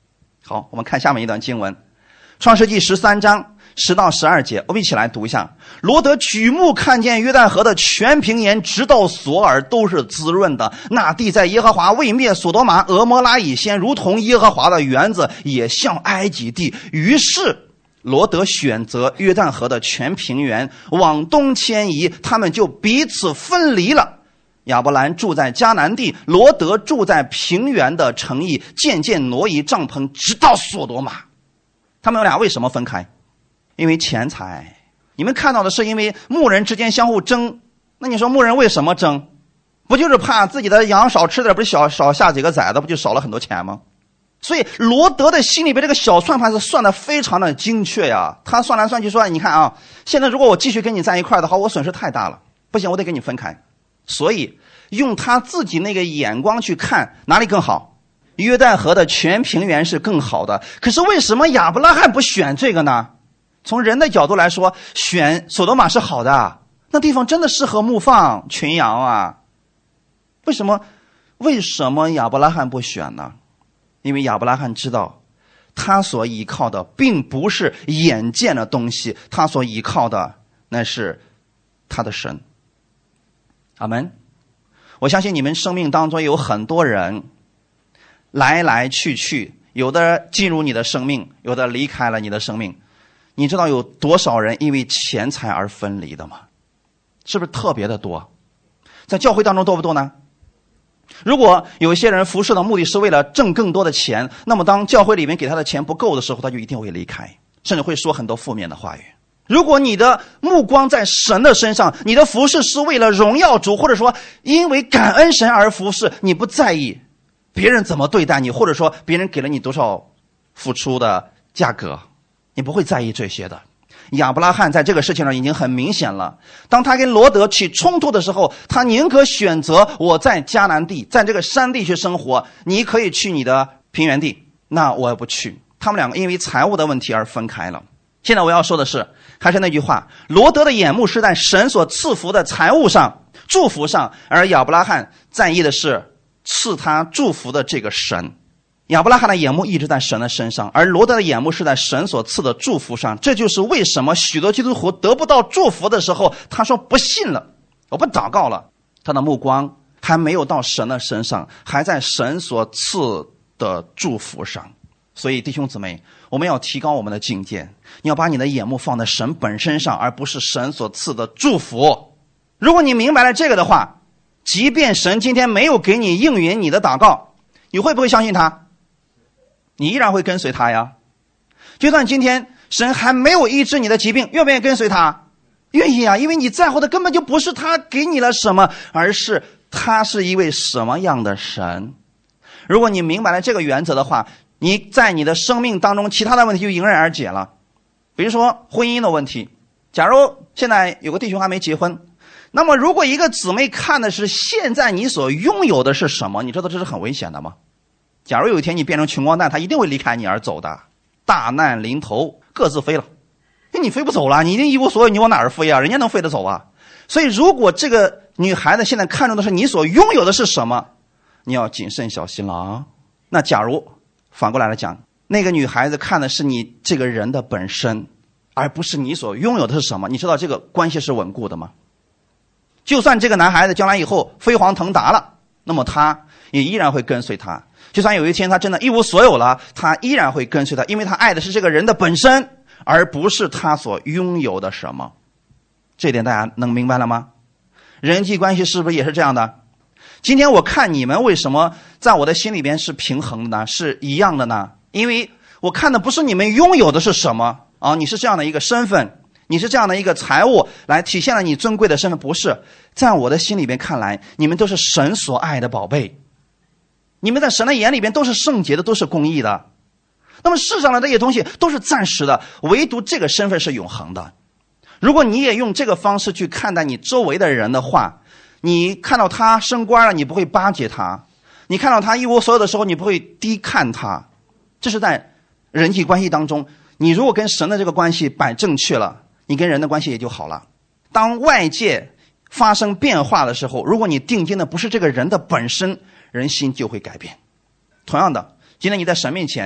好，我们看下面一段经文，创世纪十三章十到十二节，我们一起来读一下。罗得举目看见约旦河的全平原直到索尔都是滋润的，那地在耶和华未灭所多玛俄摩拉以先，如同耶和华的园子，也像埃及地。于是罗得选择约旦河的全平原往东迁移，他们就彼此分离了。亚伯兰住在迦南地，罗得住在平原的城邑，渐渐挪移帐篷，直到索多玛。他们俩为什么分开？因为钱财。你们看到的是因为牧人之间相互争，那你说牧人为什么争？不就是怕自己的羊少吃点，不是少少下几个崽子，不就少了很多钱吗？所以罗得的心里边这个小算盘是算得非常的精确呀。他算来算去说，你看啊，现在如果我继续跟你在一块的话，我损失太大了，不行，我得跟你分开。所以用他自己那个眼光去看，哪里更好？约旦河的全平原是更好的。可是为什么亚伯拉罕不选这个呢？从人的角度来说，选索多玛是好的，那地方真的适合牧放群羊啊。为什么为什么亚伯拉罕不选呢？因为亚伯拉罕知道他所依靠的并不是眼见的东西，他所依靠的那是他的神。阿们。我相信你们生命当中有很多人来来去去，有的进入你的生命，有的离开了你的生命。你知道有多少人因为钱财而分离的吗？是不是特别的多？在教会当中多不多呢？如果有一些人服侍的目的是为了挣更多的钱，那么当教会里面给他的钱不够的时候，他就一定会离开，甚至会说很多负面的话语。如果你的目光在神的身上，你的服侍是为了荣耀主，或者说因为感恩神而服侍，你不在意别人怎么对待你，或者说别人给了你多少付出的价格，你不会在意这些的。亚伯拉罕在这个事情上已经很明显了，当他跟罗得起冲突的时候，他宁可选择我在迦南地，在这个山地去生活，你可以去你的平原地，那我也不去。他们两个因为财务的问题而分开了。现在我要说的是，还是那句话，罗得的眼目是在神所赐福的财物上、祝福上，而亚伯拉罕在意的是赐他祝福的这个神。亚伯拉罕的眼目一直在神的身上，而罗得的眼目是在神所赐的祝福上。这就是为什么许多基督徒得不到祝福的时候，他说不信了，我不祷告了，他的目光还没有到神的身上，还在神所赐的祝福上。所以弟兄姊妹，我们要提高我们的境界，你要把你的眼目放在神本身上，而不是神所赐的祝福。如果你明白了这个的话，即便神今天没有给你应允你的祷告，你会不会相信他？你依然会跟随他呀。就算今天神还没有医治你的疾病，愿不愿意跟随他？愿意啊，因为你在乎的根本就不是他给你了什么，而是他是一位什么样的神。如果你明白了这个原则的话，你在你的生命当中其他的问题就迎刃而解了。比如说婚姻的问题，假如现在有个弟兄还没结婚，那么如果一个姊妹看的是现在你所拥有的是什么，你知道这是很危险的吗？假如有一天你变成穷光蛋，他一定会离开你而走的。大难临头各自飞了，因为你飞不走了，你一定一无所有，你往哪儿飞啊？人家能飞得走啊？所以如果这个女孩子现在看重的是你所拥有的是什么，你要谨慎小心了啊。那假如反过来来讲，那个女孩子看的是你这个人的本身，而不是你所拥有的是什么，你知道这个关系是稳固的吗？就算这个男孩子将来以后飞黄腾达了，那么他也依然会跟随他。就算有一天他真的一无所有了，他依然会跟随他，因为他爱的是这个人的本身，而不是他所拥有的什么。这点大家能明白了吗？人际关系是不是也是这样的？今天我看你们为什么在我的心里边是平衡的呢？是一样的呢？因为我看的不是你们拥有的是什么啊，你是这样的一个身份，你是这样的一个财物来体现了你尊贵的身份，不是。在我的心里边看来，你们都是神所爱的宝贝，你们在神的眼里边都是圣洁的，都是公义的。那么世上的这些东西都是暂时的，唯独这个身份是永恒的。如果你也用这个方式去看待你周围的人的话，你看到他升官了，你不会巴结他；你看到他一无所有的时候，你不会低看他。这是在人际关系当中，你如果跟神的这个关系摆正确了，你跟人的关系也就好了。当外界发生变化的时候，如果你定睛的不是这个人的本身，人心就会改变。同样的，今天你在神面前，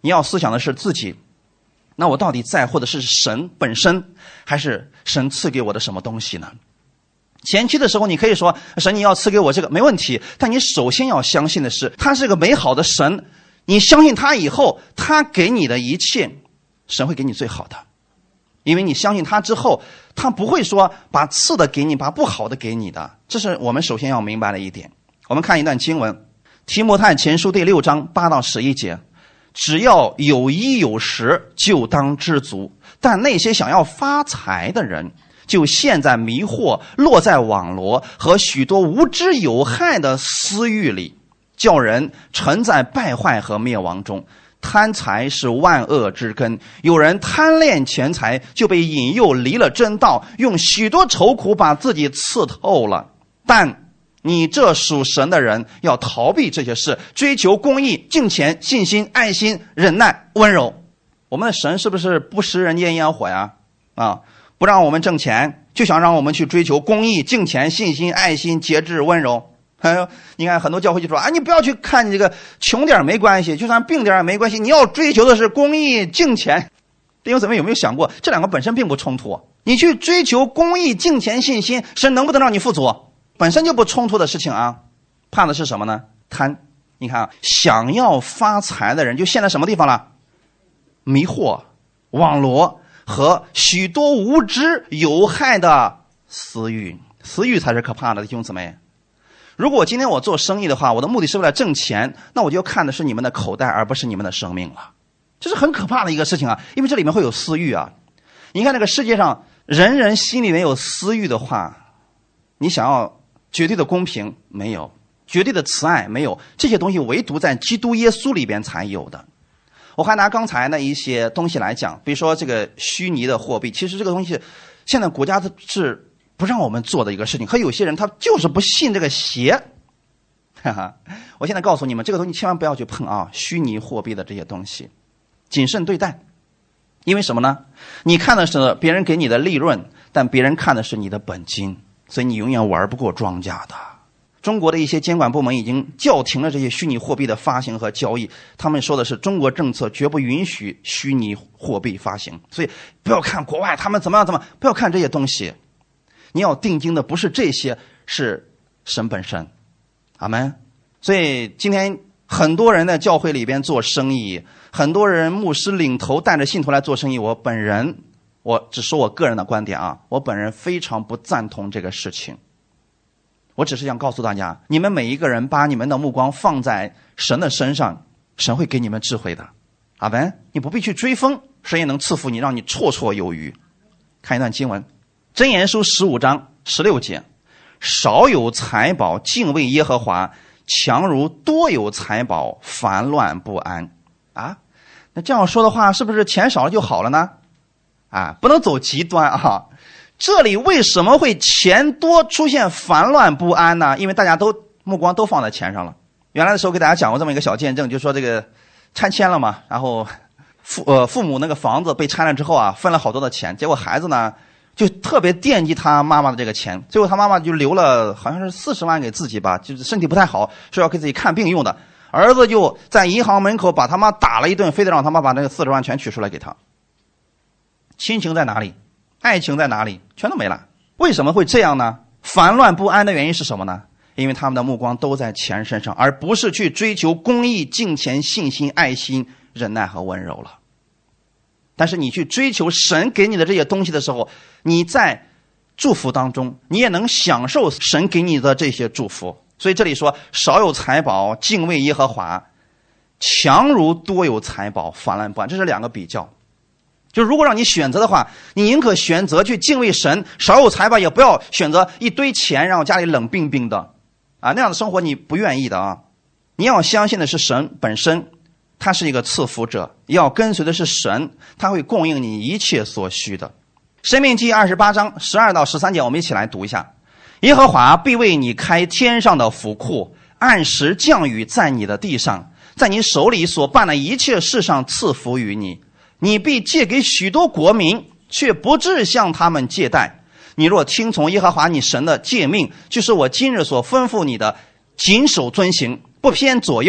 你要思想的是自己，那我到底在乎的是神本身，还是神赐给我的什么东西呢？前期的时候你可以说神你要赐给我这个没问题，但你首先要相信的是他是个美好的神，你相信他以后，他给你的一切神会给你最好的，因为你相信他之后，他不会说把次的给你，把不好的给你的，这是我们首先要明白的一点。我们看一段经文，提摩太前书第六章八到十一节，只要有衣有食，就当知足，但那些想要发财的人，就陷在迷惑，落在网罗和许多无知有害的私欲里，叫人沉在败坏和灭亡中。贪财是万恶之根，有人贪恋钱财，就被引诱离了真道，用许多愁苦把自己刺透了。但你这属神的人要逃避这些事，追求公义、敬虔、信心、爱心、忍耐、温柔。我们的神是不是不食人间烟火呀？啊，不让我们挣钱，就想让我们去追求公义、敬虔、信心、爱心、节制、温柔。还有，你看很多教会就说啊，你不要去看你这个穷点没关系，就算病点没关系，你要追求的是公义、敬虔。弟兄姊妹有没有想过，这两个本身并不冲突？你去追求公义、敬虔、信心，神能不能让你富足？本身就不冲突的事情啊。怕的是什么呢？贪。你看啊，想要发财的人就陷在什么地方了？迷惑、网罗和许多无知有害的私欲。私欲才是可怕的，弟兄姊妹。如果今天我做生意的话，我的目的是为了挣钱，那我就看的是你们的口袋，而不是你们的生命了。这是很可怕的一个事情啊，因为这里面会有私欲啊。你看这个世界上人人心里面有私欲的话，你想要绝对的公平没有，绝对的慈爱没有，这些东西唯独在基督耶稣里边才有的。我还拿刚才那一些东西来讲，比如说这个虚拟的货币，其实这个东西现在国家是不让我们做的一个事情，可有些人他就是不信这个邪。哈哈，我现在告诉你们，这个东西千万不要去碰啊！虚拟货币的这些东西，谨慎对待。因为什么呢？你看的是别人给你的利润，但别人看的是你的本金，所以你永远玩不过庄家的。中国的一些监管部门已经叫停了这些虚拟货币的发行和交易，他们说的是中国政策绝不允许虚拟货币发行，所以不要看国外他们怎么样怎么，不要看这些东西。你要定睛的不是这些，是神本身。阿们。所以今天很多人在教会里边做生意，很多人牧师领头带着信徒来做生意，我本人我只说我个人的观点啊，我本人非常不赞同这个事情。我只是想告诉大家，你们每一个人把你们的目光放在神的身上，神会给你们智慧的。阿们。你不必去追风，神也能赐福你，让你绰绰有余。看一段经文，箴言书十五章十六节，少有财宝敬畏耶和华，强如多有财宝烦乱不安。啊，那这样说的话，是不是钱少了就好了呢？啊，不能走极端啊。这里为什么会钱多出现烦乱不安呢？因为大家都目光都放在钱上了。原来的时候给大家讲过这么一个小见证，就说这个拆迁了嘛，然后父呃父母那个房子被拆了之后啊，分了好多的钱，结果孩子呢就特别惦记他妈妈的这个钱，最后他妈妈就留了好像是四十万给自己吧，就是身体不太好，说要给自己看病用的。儿子就在银行门口把他妈打了一顿，非得让他妈把那个四十万全取出来给他。亲情在哪里？爱情在哪里？全都没了。为什么会这样呢？烦乱不安的原因是什么呢？因为他们的目光都在钱身上，而不是去追求公义、敬虔、信心、爱心、忍耐和温柔了。但是你去追求神给你的这些东西的时候，你在祝福当中，你也能享受神给你的这些祝福。所以这里说少有财宝敬畏耶和华，强如多有财宝烦乱不安，这是两个比较。就如果让你选择的话，你宁可选择去敬畏神，少有财宝，也不要选择一堆钱让家里冷冰冰的啊，那样的生活你不愿意的啊。你要相信的是神本身，他是一个赐福者，要跟随的是神，他会供应你一切所需的。申命记二十八章十二到十三节，我们一起来读一下。耶和华必为你开天上的府库，按时降雨在你的地上，在你手里所办的一切事上赐福于你。你必借给许多国民，却不致向他们借贷。你若听从耶和华你神的诫命，就是我今日所吩咐你的，谨守遵行，不偏左右，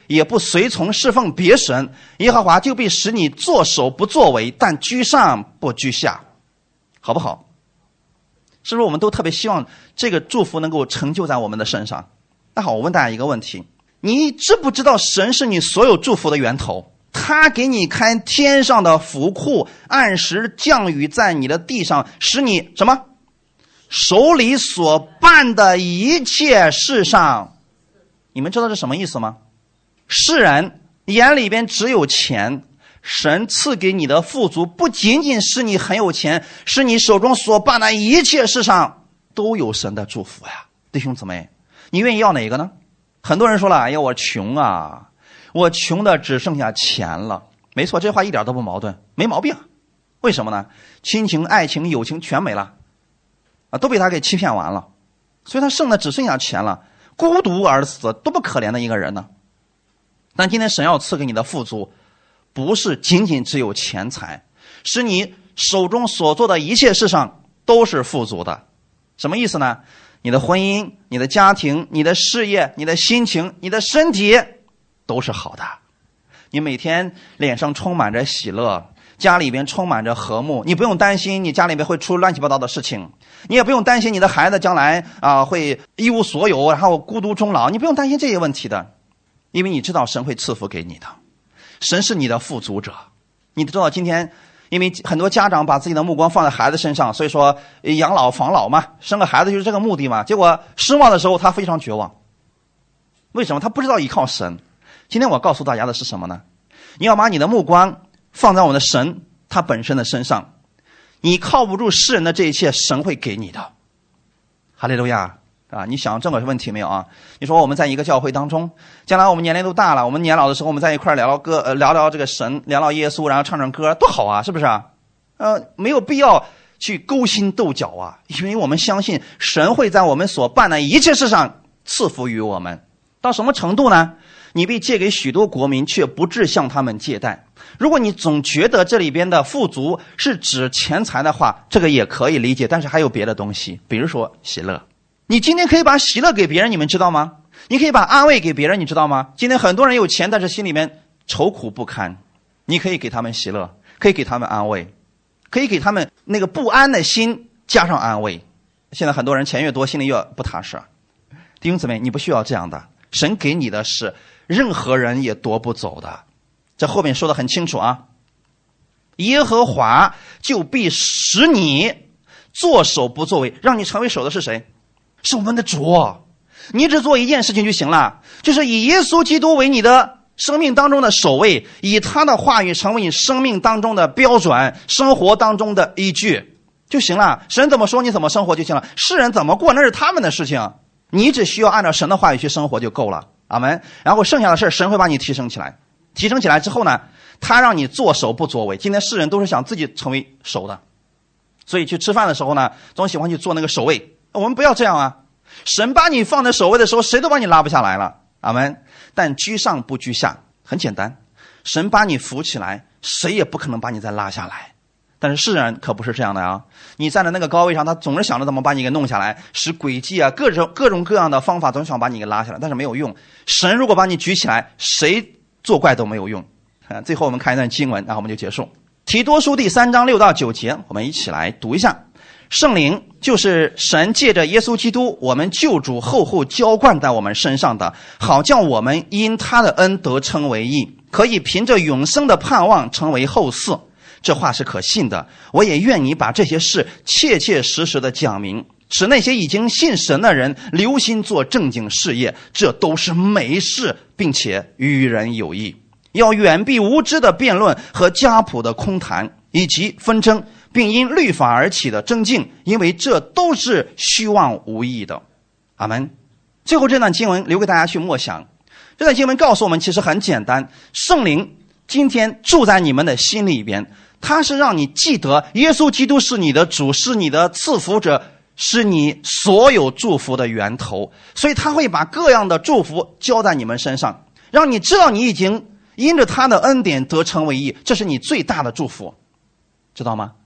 也不随从侍奉别神，耶和华就必使你作首不作尾，但居上不居下，好不好？是不是我们都特别希望这个祝福能够成就在我们的身上？那好，我问大家一个问题，你知不知道神是你所有祝福的源头？他给你开天上的福库，按时降雨在你的地上，使你什么？手里所办的一切事上。你们知道这什么意思吗？世人眼里边只有钱，神赐给你的富足不仅仅是你很有钱，是你手中所办的一切事上都有神的祝福呀。弟兄姊妹，你愿意要哪一个呢？很多人说了，哎呀，我穷啊，我穷的只剩下钱了。没错，这话一点都不矛盾，没毛病。为什么呢？亲情、爱情、友情全没了啊，都被他给欺骗完了，所以他剩的只剩下钱了，孤独而死，多么可怜的一个人呢？但今天神要赐给你的富足，不是仅仅只有钱财，是你手中所做的一切事上都是富足的。什么意思呢？你的婚姻、你的家庭、你的事业、你的心情、你的身体都是好的。你每天脸上充满着喜乐，家里边充满着和睦，你不用担心你家里边会出乱七八糟的事情，你也不用担心你的孩子将来啊、呃、会一无所有，然后孤独终老，你不用担心这些问题的，因为你知道神会赐福给你的，神是你的富足者。你知道今天因为很多家长把自己的目光放在孩子身上，所以说养老防老嘛，生个孩子就是这个目的嘛，结果失望的时候他非常绝望。为什么？他不知道依靠神。今天我告诉大家的是什么呢？你要把你的目光放在我们的神他本身的身上，你靠不住世人的这一切，神会给你的。哈利路亚啊！你想这个问题没有啊？你说我们在一个教会当中，将来我们年龄都大了，我们年老的时候，我们在一块聊聊歌，呃，聊聊这个神，聊聊耶稣，然后唱唱歌，多好啊，是不是啊？呃，没有必要去勾心斗角啊，因为我们相信神会在我们所办的一切事上赐福于我们。到什么程度呢？你被借给许多国民，却不致向他们借贷。如果你总觉得这里边的富足是指钱财的话，这个也可以理解，但是还有别的东西，比如说喜乐。你今天可以把喜乐给别人，你们知道吗？你可以把安慰给别人，你知道吗？今天很多人有钱，但是心里面愁苦不堪，你可以给他们喜乐，可以给他们安慰，可以给他们那个不安的心加上安慰。现在很多人钱越多，心里越不踏实。弟兄姊妹，你不需要这样的，神给你的是任何人也夺不走的。这后面说得很清楚啊，耶和华就必使你做首不作为。让你成为首的是谁？是我们的主。你只做一件事情就行了，就是以耶稣基督为你的生命当中的首位，以他的话语成为你生命当中的标准，生活当中的依据就行了。神怎么说你怎么生活就行了，世人怎么过那是他们的事情，你只需要按照神的话语去生活就够了。阿们。然后剩下的事神会把你提升起来，提升起来之后呢，他让你做首不作为。今天世人都是想自己成为首的，所以去吃饭的时候呢，总喜欢去做那个首位。我们不要这样啊！神把你放在首位的时候，谁都把你拉不下来了。阿们。但居上不居下，很简单，神把你扶起来，谁也不可能把你再拉下来。但是世人可不是这样的啊！你站在那个高位上，他总是想着怎么把你给弄下来，使诡计啊，各种各种各样的方法总想把你给拉下来，但是没有用。神如果把你举起来，谁作怪都没有用。啊，最后我们看一段经文，然后我们就结束。提多书第三章六到九节，我们一起来读一下。圣灵就是神借着耶稣基督我们救主厚厚浇灌在我们身上的，好叫我们因他的恩得称为义，可以凭着永生的盼望成为后嗣。这话是可信的，我也愿你把这些事切切实实的讲明，使那些已经信神的人留心做正经事业，这都是美事，并且与人有益。要远避无知的辩论和家谱的空谈，以及纷争，并因律法而起的争竞，因为这都是虚妄无益的。阿们。最后这段经文留给大家去默想。这段经文告诉我们其实很简单，圣灵今天住在你们的心里边，他是让你记得耶稣基督是你的主，是你的赐福者，是你所有祝福的源头，所以他会把各样的祝福交在你们身上，让你知道你已经因着他的恩典得成为义，这是你最大的祝福，知道吗？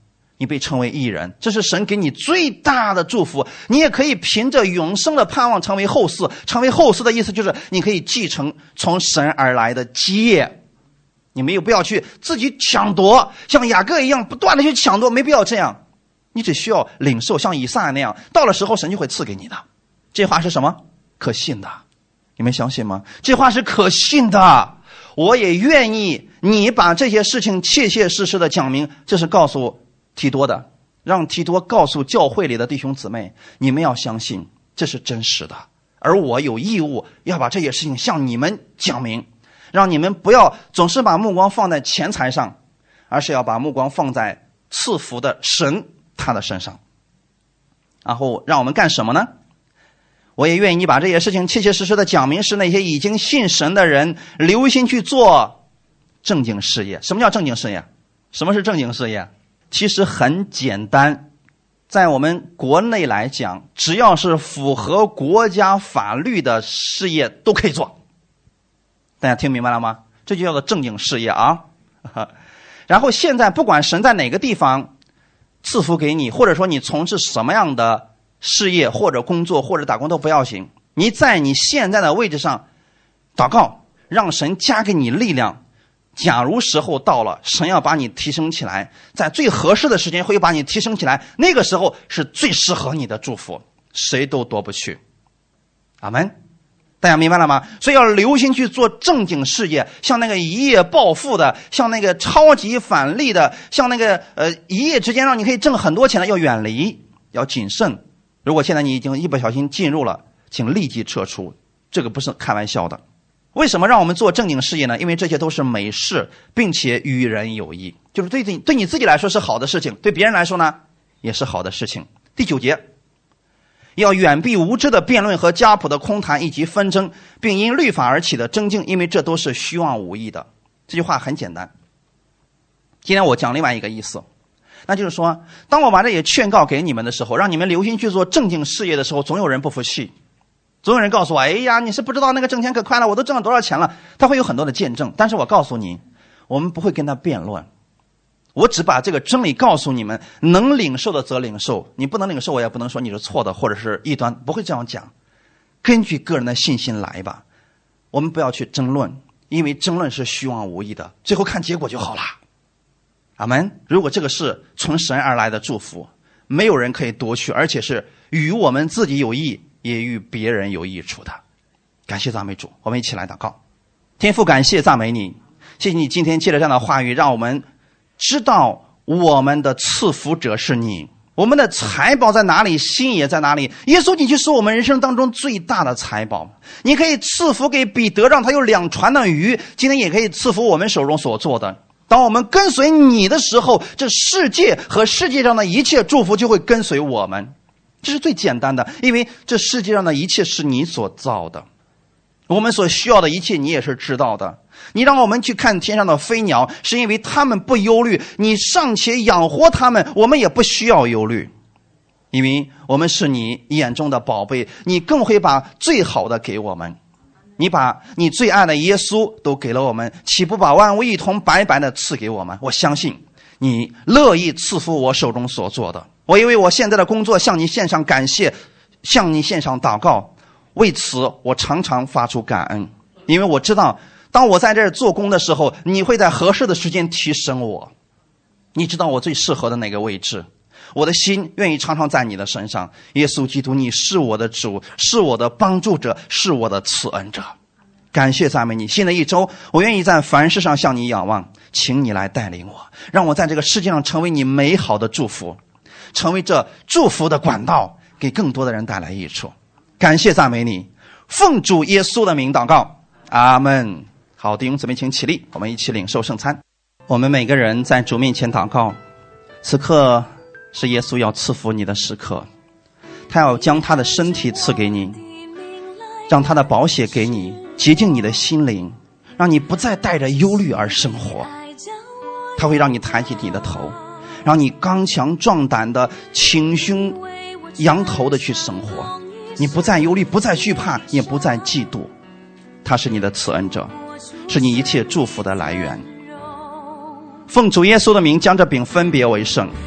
你被称为义人，这是神给你最大的祝福。你也可以凭着永生的盼望成为后嗣。成为后嗣的意思就是你可以继承从神而来的基业。你没有必要去自己抢夺，像雅各一样不断的去抢夺，没必要这样。你只需要领受，像以撒那样，到了时候神就会赐给你的。这话是什么？可信的。你们相信吗？这话是可信的。我也愿意你把这些事情切切实实的讲明。这是告诉提多的，让提多告诉教会里的弟兄姊妹，你们要相信这是真实的，而我有义务要把这些事情向你们讲明，让你们不要总是把目光放在钱财上，而是要把目光放在赐福的神他的身上。然后让我们干什么呢？我也愿意你把这些事情切切实实的讲明，是那些已经信神的人留心去做正经事业。什么叫正经事业？什么是正经事业？其实很简单，在我们国内来讲，只要是符合国家法律的事业都可以做。大家听明白了吗？这就叫做正经事业啊。然后现在不管神在哪个地方赐福给你，或者说你从事什么样的事业或者工作或者打工都不要紧，你在你现在的位置上祷告，让神加给你力量。假如时候到了，神要把你提升起来，在最合适的时间会把你提升起来，那个时候是最适合你的祝福，谁都夺不去。阿们。大家明白了吗？所以要留心去做正经事业，像那个一夜暴富的，像那个超级返利的，像那个呃一夜之间让你可以挣很多钱的，要远离，要谨慎。如果现在你已经一不小心进入了，请立即撤出，这个不是开玩笑的。为什么让我们做正经事业呢？因为这些都是美事，并且与人有益，就是对你对你自己来说是好的事情，对别人来说呢也是好的事情。第九节，要远避无知的辩论和家谱的空谈以及纷争，并因律法而起的争竞，因为这都是虚妄无益的。这句话很简单。今天我讲另外一个意思，那就是说，当我把这些劝告给你们的时候，让你们留心去做正经事业的时候，总有人不服气，总有人告诉我，哎呀，你是不知道那个挣钱可快了，我都挣了多少钱了。他会有很多的见证，但是我告诉你，我们不会跟他辩论，我只把这个真理告诉你们，能领受的则领受，你不能领受，我也不能说你是错的或者是异端，不会这样讲。根据个人的信心来吧，我们不要去争论，因为争论是虚妄无益的，最后看结果就好了。阿们。如果这个是从神而来的祝福，没有人可以夺去，而且是与我们自己有益，也与别人有益处的。感谢赞美主，我们一起来祷告。天父，感谢赞美你，谢谢你今天借着这样的话语，让我们知道我们的赐福者是你，我们的财宝在哪里，心也在哪里。耶稣，你就是我们人生当中最大的财宝。你可以赐福给彼得，让他有两船的鱼，今天也可以赐福我们手中所做的。当我们跟随你的时候，这世界和世界上的一切祝福就会跟随我们。这是最简单的，因为这世界上的一切是你所造的，我们所需要的一切你也是知道的。你让我们去看天上的飞鸟，是因为他们不忧虑，你尚且养活他们，我们也不需要忧虑，因为我们是你眼中的宝贝，你更会把最好的给我们。你把你最爱的耶稣都给了我们，岂不把万物一同白白的赐给我们？我相信你乐意赐福我手中所做的。我因为我现在的工作向你献上感谢，向你献上祷告，为此我常常发出感恩，因为我知道当我在这儿做工的时候，你会在合适的时间提升我，你知道我最适合的哪个位置，我的心愿意常常在你的身上。耶稣基督，你是我的主，是我的帮助者，是我的赐恩者。感谢赞美你，新的一周我愿意在凡事上向你仰望，请你来带领我，让我在这个世界上成为你美好的祝福，成为这祝福的管道，给更多的人带来益处。感谢赞美你，奉主耶稣的名祷告，阿们。好，弟兄姊妹请起立，我们一起领受圣餐。我们每个人在主面前祷告，此刻是耶稣要赐福你的时刻，他要将他的身体赐给你，让他的宝血给你，洁净你的心灵，让你不再带着忧虑而生活。他会让你抬起你的头，让你刚强壮胆的挺胸扬头的去生活，你不再忧虑，不再惧怕，也不再嫉妒。他是你的赐恩者，是你一切祝福的来源。奉主耶稣的名，将这饼分别为圣。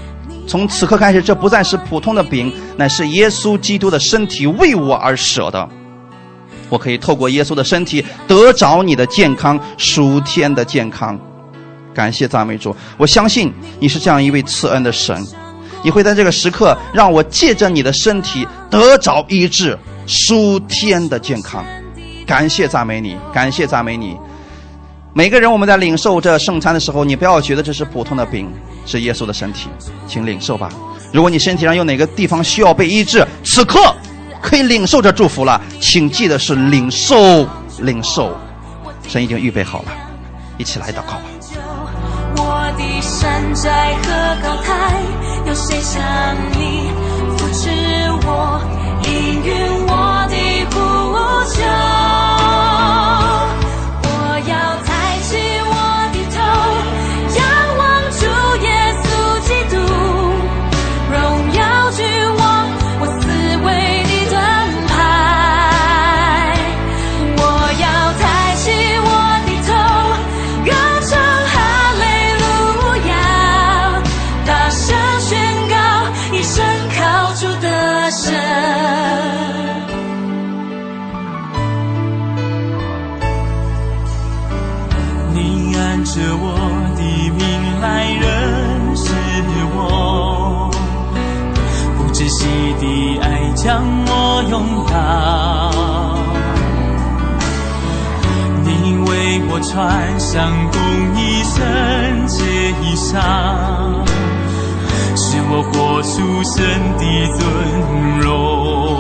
从此刻开始，这不再是普通的饼，乃是耶稣基督的身体为我而舍的。我可以透过耶稣的身体得着你的健康，属天的健康。感谢赞美主，我相信你是这样一位赐恩的神，你会在这个时刻让我借着你的身体得着医治，属天的健康。感谢赞美你，感谢赞美你。每个人我们在领受这圣餐的时候，你不要觉得这是普通的饼，是耶稣的身体，请领受吧。如果你身体上有哪个地方需要被医治，此刻可以领受这祝福了，请记得是领受，领受，神已经预备好了，一起来祷告吧。 我的山寨和高台，有谁像你扶持我，应允我的呼求？我要抬起我的头，仰望主耶稣基督，荣耀君王我思维的盾牌。我要抬起我的头，歌唱哈利路亚，大声宣告一生靠主的神。你按着我的名来认识我，不窒息的爱将我拥抱，你为我穿上公义圣洁衣裳，使我活出神的尊荣。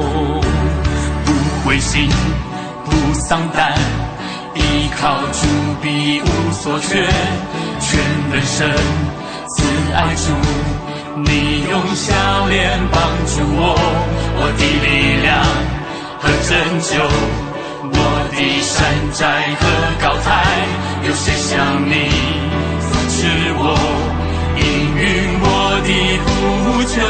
不灰心，不丧胆，依靠主必无所缺，全能神慈爱主，你用笑脸帮助我，我的力量和拯救。我的山寨和高台，有谁像你扶持我，应允我的呼求？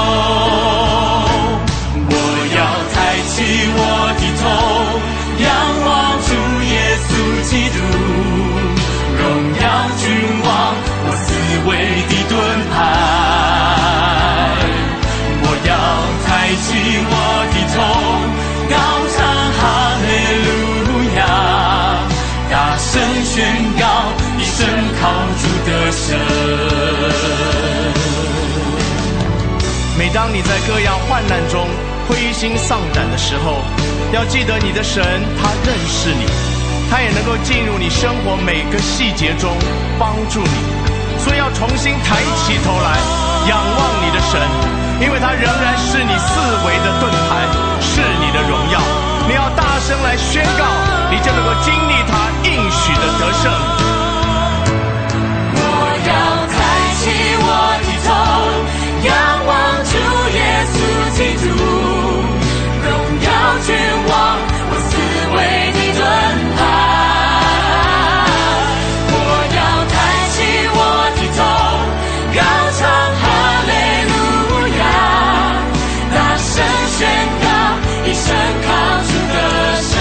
我要抬起我的头，仰望主耶稣基督，荣耀君王我思维的盾牌。我要抬起我的头，高唱哈利路亚，大声宣告一生靠主的神。 每当你在各样患难中灰心丧胆的时候，要记得你的神他认识你，他也能够进入你生活每个细节中帮助你，所以要重新抬起头来仰望你的神，因为他仍然是你四围的盾牌，是你的荣耀。你要大声来宣告，你就能够经历他应许的得胜。 我要抬起我的头，仰望主耶稣基督，荣耀君王我思维的盾牌。我要抬起我的头，高唱哈利路亚，大声宣告一生靠主的神。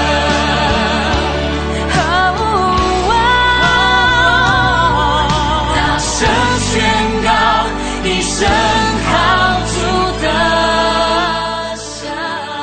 大声宣告一生靠主的神。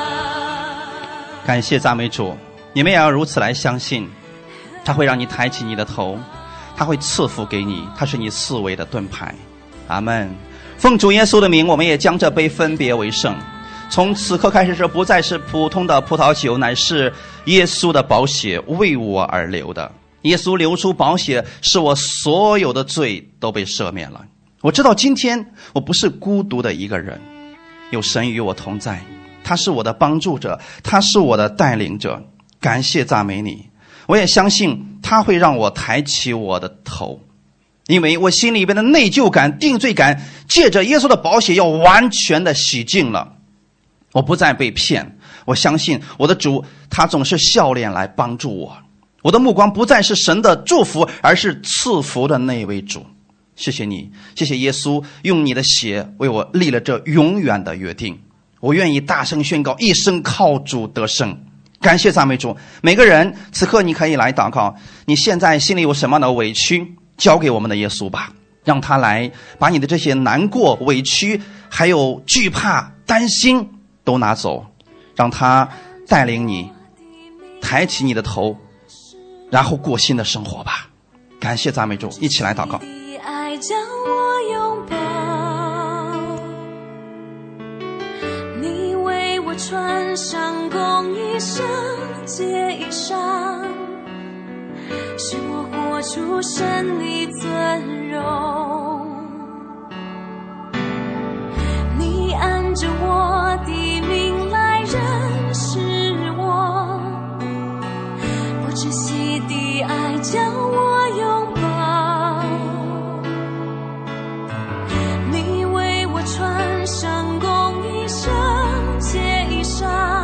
感谢赞美主，你们也要如此来相信，他会让你抬起你的头，他会赐福给你，他是你四围的盾牌。阿们。奉主耶稣的名，我们也将这杯分别为圣。从此刻开始，这不再是普通的葡萄酒，乃是耶稣的宝血为我而流的。耶稣流出宝血，使我所有的罪都被赦免了。我知道今天我不是孤独的一个人，有神与我同在，他是我的帮助者，他是我的带领者。感谢赞美你，我也相信他会让我抬起我的头，因为我心里边的内疚感、定罪感借着耶稣的宝血要完全的洗净了。我不再被骗，我相信我的主他总是笑脸来帮助我。我的目光不再是神的祝福，而是赐福的那位主。谢谢你，谢谢耶稣用你的血为我立了这永远的约定。我愿意大声宣告一生靠主得胜。感谢赞美主。每个人此刻你可以来祷告，你现在心里有什么样的委屈，交给我们的耶稣吧， 让他来把你的这些难过、委屈还有惧怕、担心都拿走，让他带领你抬起你的头，然后过新的生活吧。感谢赞美主，一起来祷告。 爱将我拥抱，你为我穿上公义圣洁衣裳，使我活出神的尊荣。你按着我的名来认识我，不窒息的爱将我拥抱，你为我穿上公义圣洁衣裳，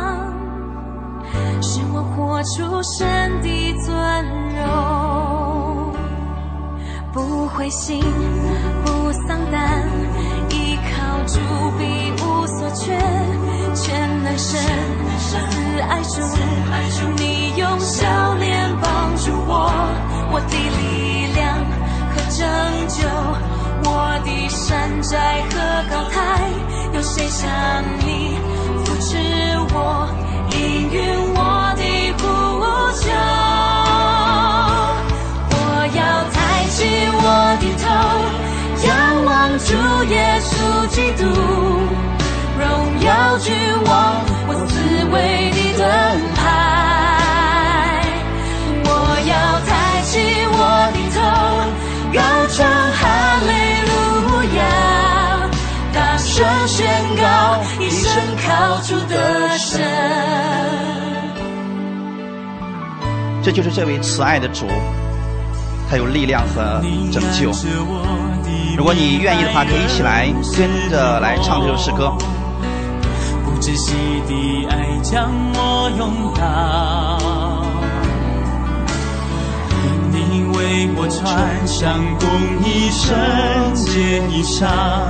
使我活出神的尊荣。不灰心不丧胆，依靠主必无所缺，全能神慈爱主，你用笑脸帮助我，我的力量和拯救，我的山寨和高台，有谁像你扶持我，应允我的呼求。我要抬起我的头，仰望主耶稣基督，荣耀君王，我自卫的盾牌。我要抬起我的头，高唱哈利路亚，大声宣告一生靠主的神。 这就是这位慈爱的主，他有力量和拯救。如果你愿意的话，可以一起来跟着来唱这首诗歌。 不窒息的爱将我拥抱，你为我穿上公义圣洁衣裳，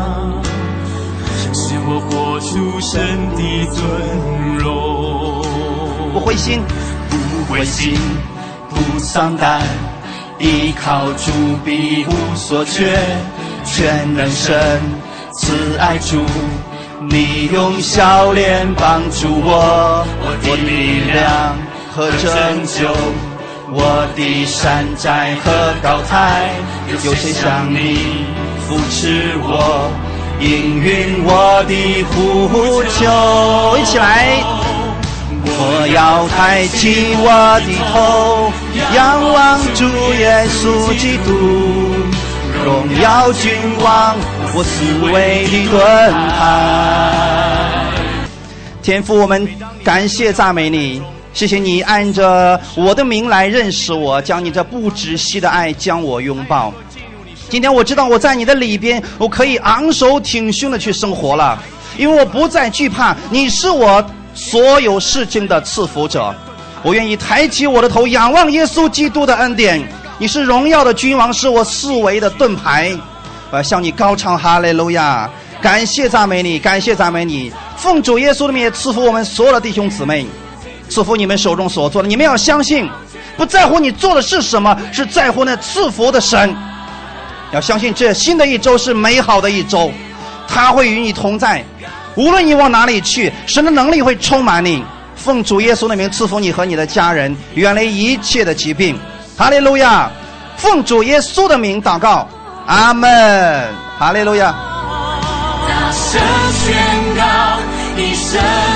使我活出神的尊荣。 不灰心不灰心不丧胆，依靠主必无所缺，全能神慈爱主，你用笑脸帮助我，我的力量和拯救，我的山寨和高台，有谁像你扶持我，应允我的呼求。 一起来， 我要抬起我的头，仰望主耶稣基督，荣耀君王，我思维的盾牌。 天父，我们感谢赞美你，谢谢你按着我的名来认识我，将你这不止息的爱将我拥抱。今天我知道我在你的里边，我可以昂首挺胸的去生活了，因为我不再惧怕，你是我所有事情的赐福者。我愿意抬起我的头，仰望耶稣基督的恩典，你是荣耀的君王，是我四维的盾牌。我要向你高唱哈利路亚，感谢赞美你，感谢赞美你。奉主耶稣的名赐福我们所有的弟兄姊妹，赐福你们手中所做的。你们要相信，不在乎你做的是什么，是在乎那赐福的神。要相信这新的一周是美好的一周，他会与你同在，无论你往哪里去，神的能力会充满你。奉主耶稣的名赐福你和你的家人，远离一切的疾病。哈利路亚！奉主耶稣的名祷告，阿们。哈利路亚！ 大声宣告一生